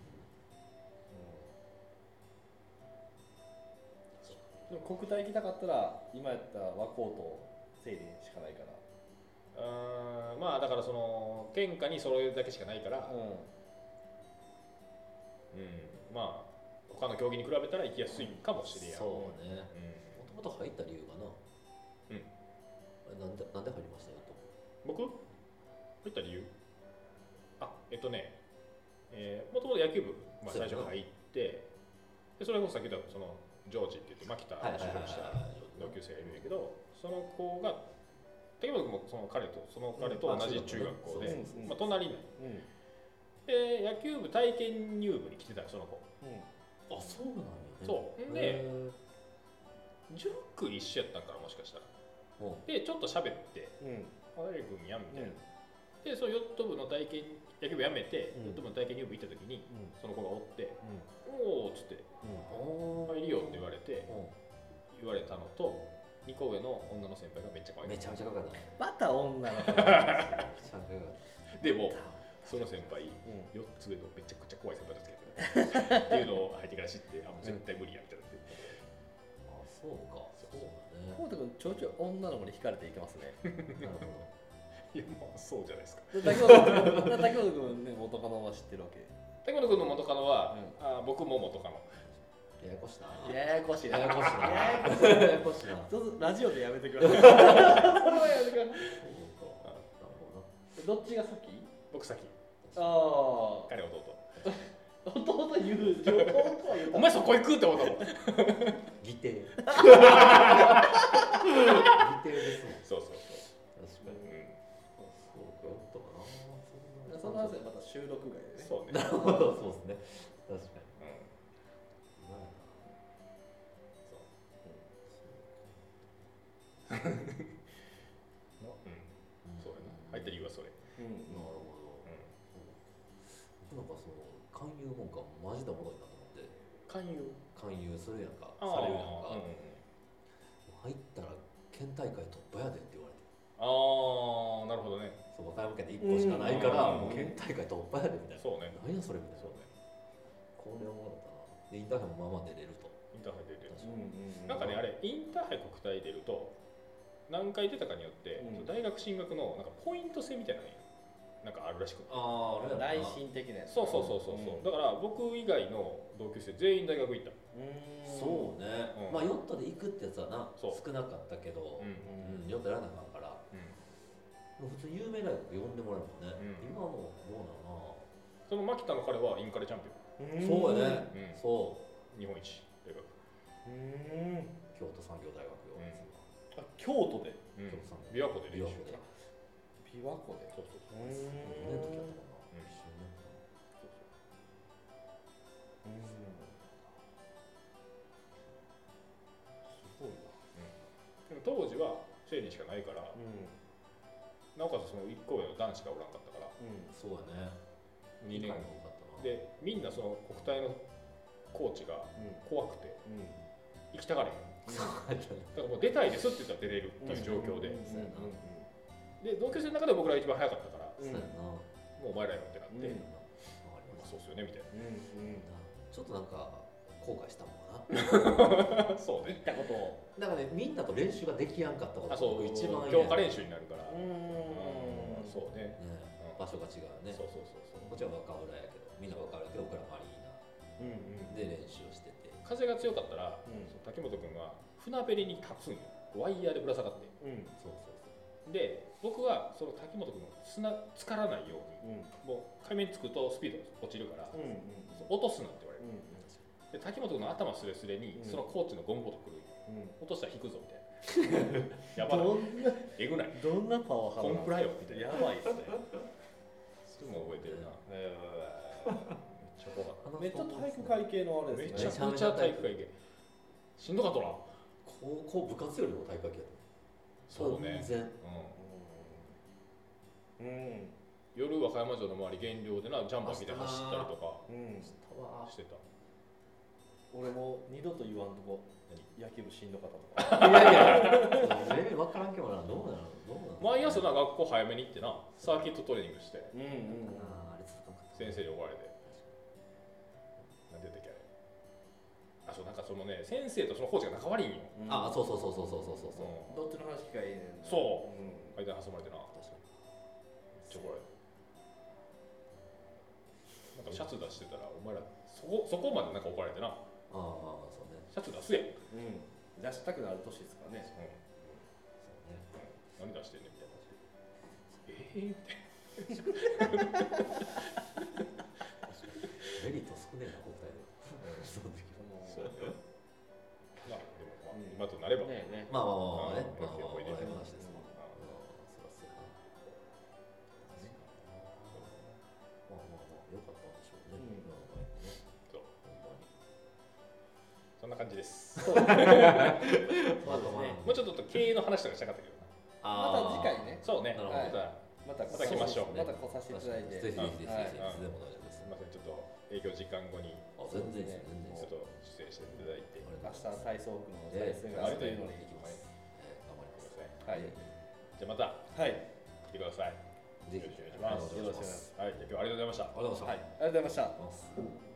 [SPEAKER 2] でも国体行きたかったら今やったら和光とセイリンしかないから。
[SPEAKER 1] うーんまあだからその県下に揃えるだけしかないから、
[SPEAKER 2] うん。
[SPEAKER 1] うん、まあ他の競技に比べたら行きやすいかもしれん。
[SPEAKER 3] そうね
[SPEAKER 1] うん、
[SPEAKER 3] もともと入った理由がな
[SPEAKER 1] うん
[SPEAKER 3] あれなんでなんで入りましたよと
[SPEAKER 1] 僕入った理由あえっとね、えー、もともと野球部、まあ、最初入ってでそれこそさっき言ったそのジョージって言って牧田を就職した同級生がいるんやけどその子が竹本君もその彼とその彼と同じ中学校で、
[SPEAKER 2] うん
[SPEAKER 1] まあ、隣に
[SPEAKER 2] うん。
[SPEAKER 1] で野球部体験入部に来てたよその子
[SPEAKER 3] あそうなんや
[SPEAKER 1] そうで塾一緒やったんかな、もしかしたら。でちょっと喋って
[SPEAKER 2] うん、
[SPEAKER 1] 「あれ君や」みたいな、
[SPEAKER 2] うん
[SPEAKER 1] でそのヨット部の体験野球部やめて、
[SPEAKER 2] うん
[SPEAKER 1] ヨット部の体験入部行った時に、
[SPEAKER 2] うん
[SPEAKER 1] その子がおって
[SPEAKER 2] う
[SPEAKER 1] 「おお」っつって
[SPEAKER 2] ん
[SPEAKER 1] 「入りよ」って言われて言われたのと、にこ上の女の先輩がめっちゃ可愛い。
[SPEAKER 3] めちゃめちゃかかったね。
[SPEAKER 2] また女の子
[SPEAKER 3] めちゃめちゃかかっ
[SPEAKER 1] でもその先輩
[SPEAKER 2] うん
[SPEAKER 1] よっつ上のめちゃくちゃ怖い先輩と付き合ってるっていうのを入ってから知って、あ、もう絶対無理やみたいなって。
[SPEAKER 3] た。あ、そうか。そうだね。
[SPEAKER 2] コウタ君ちょいちょい女の子に惹かれていけますね。
[SPEAKER 3] なるほ
[SPEAKER 1] いや、まあそうじゃないですか。
[SPEAKER 2] で竹本君竹本君ね、元カノは知ってるわけ。
[SPEAKER 1] 竹本君の元カノは、
[SPEAKER 2] う
[SPEAKER 1] あ、僕も元カノ。
[SPEAKER 3] ど。ややこしいな。
[SPEAKER 2] ややこしいな。
[SPEAKER 3] ややこしいな。
[SPEAKER 2] ややこしい
[SPEAKER 3] ややこしいな。
[SPEAKER 2] ちょっとラジオでやめてください。それはやめてください。
[SPEAKER 3] そうか。なるほ
[SPEAKER 2] どっちが先？
[SPEAKER 1] 僕先、
[SPEAKER 2] ああ。
[SPEAKER 1] 彼弟。
[SPEAKER 2] 弟言う。弟は言う。
[SPEAKER 1] お前そこ行くって思ったもん。
[SPEAKER 3] ど。擬定。擬定ですもん。
[SPEAKER 1] そうそうそう。
[SPEAKER 3] 確かに。
[SPEAKER 1] うん、
[SPEAKER 3] そうか。やったかな。
[SPEAKER 2] その話はまた収録外でね。
[SPEAKER 1] そうね。
[SPEAKER 3] なるほど。そうですね。確かに。
[SPEAKER 1] うん、
[SPEAKER 3] ないな。
[SPEAKER 1] のうん、そうやな。入った理由はそれ。
[SPEAKER 2] うん。
[SPEAKER 3] なるほど。
[SPEAKER 1] うん、
[SPEAKER 3] なんかその勧誘本かマジでおもろいなと思って、
[SPEAKER 1] 勧誘。
[SPEAKER 3] 勧誘するやんか、
[SPEAKER 1] あ
[SPEAKER 3] されるやんか、
[SPEAKER 1] うんうん、
[SPEAKER 3] 入ったら県大会突破やでって言われて、
[SPEAKER 1] ああ、なるほどね。
[SPEAKER 3] そう和歌山県でいっこしかないから、
[SPEAKER 1] うん
[SPEAKER 3] もう県大会突破やでみたいな、
[SPEAKER 1] そうね。
[SPEAKER 3] 何やそれみたいな、
[SPEAKER 1] そうね。
[SPEAKER 3] これおもろかったな。でインターハイもまあまあ出れると。
[SPEAKER 1] インターハイ出てる。
[SPEAKER 2] うんうん。
[SPEAKER 1] なんかね、あれ、インターハイ国体出ると、何回出たかによって、
[SPEAKER 2] うん
[SPEAKER 1] 大学進学のなんかポイント制みたいなのがなんかあるらしくて。
[SPEAKER 3] ああ、あれ
[SPEAKER 2] 内
[SPEAKER 3] やな。
[SPEAKER 2] 心的なやつ。
[SPEAKER 1] そうそうそうそうそう、だから僕以外の同級生全員大学行った。
[SPEAKER 2] うーん。
[SPEAKER 3] そうね、
[SPEAKER 1] うん
[SPEAKER 3] まあヨットで行くってやつはな、
[SPEAKER 1] そう
[SPEAKER 3] 少なかったけど、
[SPEAKER 1] う
[SPEAKER 3] うんんヨットやらなあかんから、
[SPEAKER 1] うん、
[SPEAKER 3] もう普通に有名大学呼んでもらうもんね、
[SPEAKER 1] うん
[SPEAKER 3] 今はもうどうなの
[SPEAKER 1] その牧田の彼はインカレチャンピ
[SPEAKER 2] う
[SPEAKER 3] かな。
[SPEAKER 2] ん。
[SPEAKER 3] そうやね、
[SPEAKER 1] うん
[SPEAKER 3] そう
[SPEAKER 1] オン、日本一大学。
[SPEAKER 2] うーん。
[SPEAKER 3] 京都産業大学よ、
[SPEAKER 1] うん
[SPEAKER 2] あ、京都で。
[SPEAKER 1] うん
[SPEAKER 3] 京都産業
[SPEAKER 1] 琵琶湖で練習
[SPEAKER 3] 琵琶湖で
[SPEAKER 2] 琵琶湖で。
[SPEAKER 1] そうそうそう
[SPEAKER 2] うーん。
[SPEAKER 3] ね時やったかな、
[SPEAKER 1] うん
[SPEAKER 3] 一緒にね。
[SPEAKER 2] うん。すごいな。
[SPEAKER 1] でも当時は生理しかないから、
[SPEAKER 2] うん。
[SPEAKER 1] なおかつそのいっこ上の男子がおらんかったから
[SPEAKER 2] うん。
[SPEAKER 3] そうやね。
[SPEAKER 1] にねん
[SPEAKER 3] 機会も多かったな。
[SPEAKER 1] でみんなその国体のコーチが
[SPEAKER 2] うん。
[SPEAKER 1] 怖くて
[SPEAKER 2] うん。
[SPEAKER 1] 行きたがれへん。
[SPEAKER 3] そうやね。
[SPEAKER 1] だからもう出たいですって言ったら出れるっていう状況で、
[SPEAKER 2] うん
[SPEAKER 3] そうやな
[SPEAKER 1] で同級生の中で僕らが一番早かったから、
[SPEAKER 2] うん。
[SPEAKER 3] そうやな。
[SPEAKER 1] もうお前らよってなって、
[SPEAKER 2] うん
[SPEAKER 3] わかり
[SPEAKER 1] まあ、
[SPEAKER 3] ました
[SPEAKER 1] そうっすよねみたい
[SPEAKER 2] うん。
[SPEAKER 3] なちょっとなんか後悔したもんな。
[SPEAKER 1] なそうね。
[SPEAKER 2] 行ったことを。
[SPEAKER 3] だからね、みんなと練習ができやんかったことが
[SPEAKER 1] あ、そう
[SPEAKER 3] 一番
[SPEAKER 1] 強化練
[SPEAKER 3] 習
[SPEAKER 1] 習になるから、
[SPEAKER 2] う
[SPEAKER 1] うん
[SPEAKER 2] ん。
[SPEAKER 1] そうね、
[SPEAKER 3] ね、場所が違うね。
[SPEAKER 1] そうそうそうそう。
[SPEAKER 3] こっちは若村やけど、みんな若村やけど、僕らマリーナ
[SPEAKER 2] うん。
[SPEAKER 3] で練習をしてて。
[SPEAKER 1] 風が強かったら、
[SPEAKER 2] うん
[SPEAKER 1] その滝本君は船べりに立つんよ、ワイヤーでぶら下がって。
[SPEAKER 2] うん。
[SPEAKER 3] そうそうそう。
[SPEAKER 1] で僕はその滝本君の砂つからないように、
[SPEAKER 2] うん。
[SPEAKER 1] もう海面につくとスピード落ちるから、
[SPEAKER 2] うん。
[SPEAKER 1] 落とすなって言われる。
[SPEAKER 2] うん。
[SPEAKER 1] で滝本君の頭すれすれに、
[SPEAKER 2] うん
[SPEAKER 1] そのコーチのゴムボート来るんよ、
[SPEAKER 2] うん。
[SPEAKER 1] 落としたら引くぞみたいなやばい、
[SPEAKER 2] どんな、
[SPEAKER 1] えぐない
[SPEAKER 2] どんなパワハラ
[SPEAKER 1] コンプラよみたいな、
[SPEAKER 2] やばいっすね。
[SPEAKER 1] それも覚えてるな、
[SPEAKER 2] え
[SPEAKER 1] めっちゃ怖かっ
[SPEAKER 2] ーめっちゃ体育会系のあ
[SPEAKER 1] た、
[SPEAKER 2] れですね。
[SPEAKER 1] めちゃくちゃ体育会系しんどかったな。
[SPEAKER 3] 高校部活よりも大会系やった。
[SPEAKER 1] そうね、
[SPEAKER 3] 全然。
[SPEAKER 1] うん、
[SPEAKER 2] うん。
[SPEAKER 1] 夜和歌山城の周り減量でなジャンパー見て走ったりとか
[SPEAKER 2] うん。
[SPEAKER 3] したわ。
[SPEAKER 1] してた。
[SPEAKER 2] 俺も二度と言わんとこ。野球部しんどかったとか。
[SPEAKER 3] いやいや、全然分からんけどな、どうなのどうなの
[SPEAKER 1] 毎朝な学校早めに行ってなサーキットトレーニングして
[SPEAKER 2] うんうん。
[SPEAKER 3] あーあれ続かんかった。
[SPEAKER 1] 先生に怒られて、なんて言ったっけあれ、あ、そう、なんかそのね、先生とそのコーチが仲悪いんよ。
[SPEAKER 3] あ、そうそうそうそうそうそうそうそう。
[SPEAKER 1] うん
[SPEAKER 2] どっちの話聞かいいねん。
[SPEAKER 1] そう
[SPEAKER 2] うん。
[SPEAKER 1] 間に挟まれてな、
[SPEAKER 3] 確かに。
[SPEAKER 1] ちょこれ。なんかシャツ出してたら、お前らそこそこまでなんか怒られてな、
[SPEAKER 3] ああ、そうね。
[SPEAKER 1] シャツ出すやん。
[SPEAKER 2] うん。出したくなる年ですからね。
[SPEAKER 3] そうね。
[SPEAKER 1] うん、何出してんねんみたいな。えー、みたいな。
[SPEAKER 3] メリット少ねえな、国体で。その時は。
[SPEAKER 1] そうね。まあ、でも、まあ、今となれば。
[SPEAKER 2] ねえね。
[SPEAKER 3] まあまあまあまあね。
[SPEAKER 1] うん
[SPEAKER 3] まあまあまあ、
[SPEAKER 1] 思い出
[SPEAKER 3] 笑い話ですもん。
[SPEAKER 1] うん
[SPEAKER 3] うん、そらそうやな。確かにな。まあまあまあ、良かったんでしょうね。
[SPEAKER 2] うん
[SPEAKER 3] 今の前にね。
[SPEAKER 1] そう
[SPEAKER 3] ほんまに。
[SPEAKER 2] そうですね
[SPEAKER 3] まとまらん
[SPEAKER 1] もうちょっと経営の話とかしたかったけどな。
[SPEAKER 2] また次回ね
[SPEAKER 1] そうね。
[SPEAKER 3] なるほど
[SPEAKER 1] また
[SPEAKER 2] また
[SPEAKER 1] また来ましょう
[SPEAKER 2] また来させていただいて
[SPEAKER 3] ぜひぜひぜひぜひ、
[SPEAKER 2] はい
[SPEAKER 3] いつでも大丈夫です
[SPEAKER 1] すみません、ちょっと営業時間後に
[SPEAKER 3] あ全然です全然です
[SPEAKER 1] ちょっと失礼していただいて、
[SPEAKER 2] 明日体操服のレッスンがあるというのに
[SPEAKER 3] 行きます、えー、頑張ります
[SPEAKER 1] すみません。
[SPEAKER 2] はい
[SPEAKER 1] じゃあまた
[SPEAKER 2] はい
[SPEAKER 1] 来てください。
[SPEAKER 3] ぜひ
[SPEAKER 1] よろしくお願いします。
[SPEAKER 2] よろしくお願いします
[SPEAKER 1] はい、じゃあ今日はありがとうございました。
[SPEAKER 3] ありがとうございました
[SPEAKER 2] はいありがとうございました
[SPEAKER 3] ありがとうございます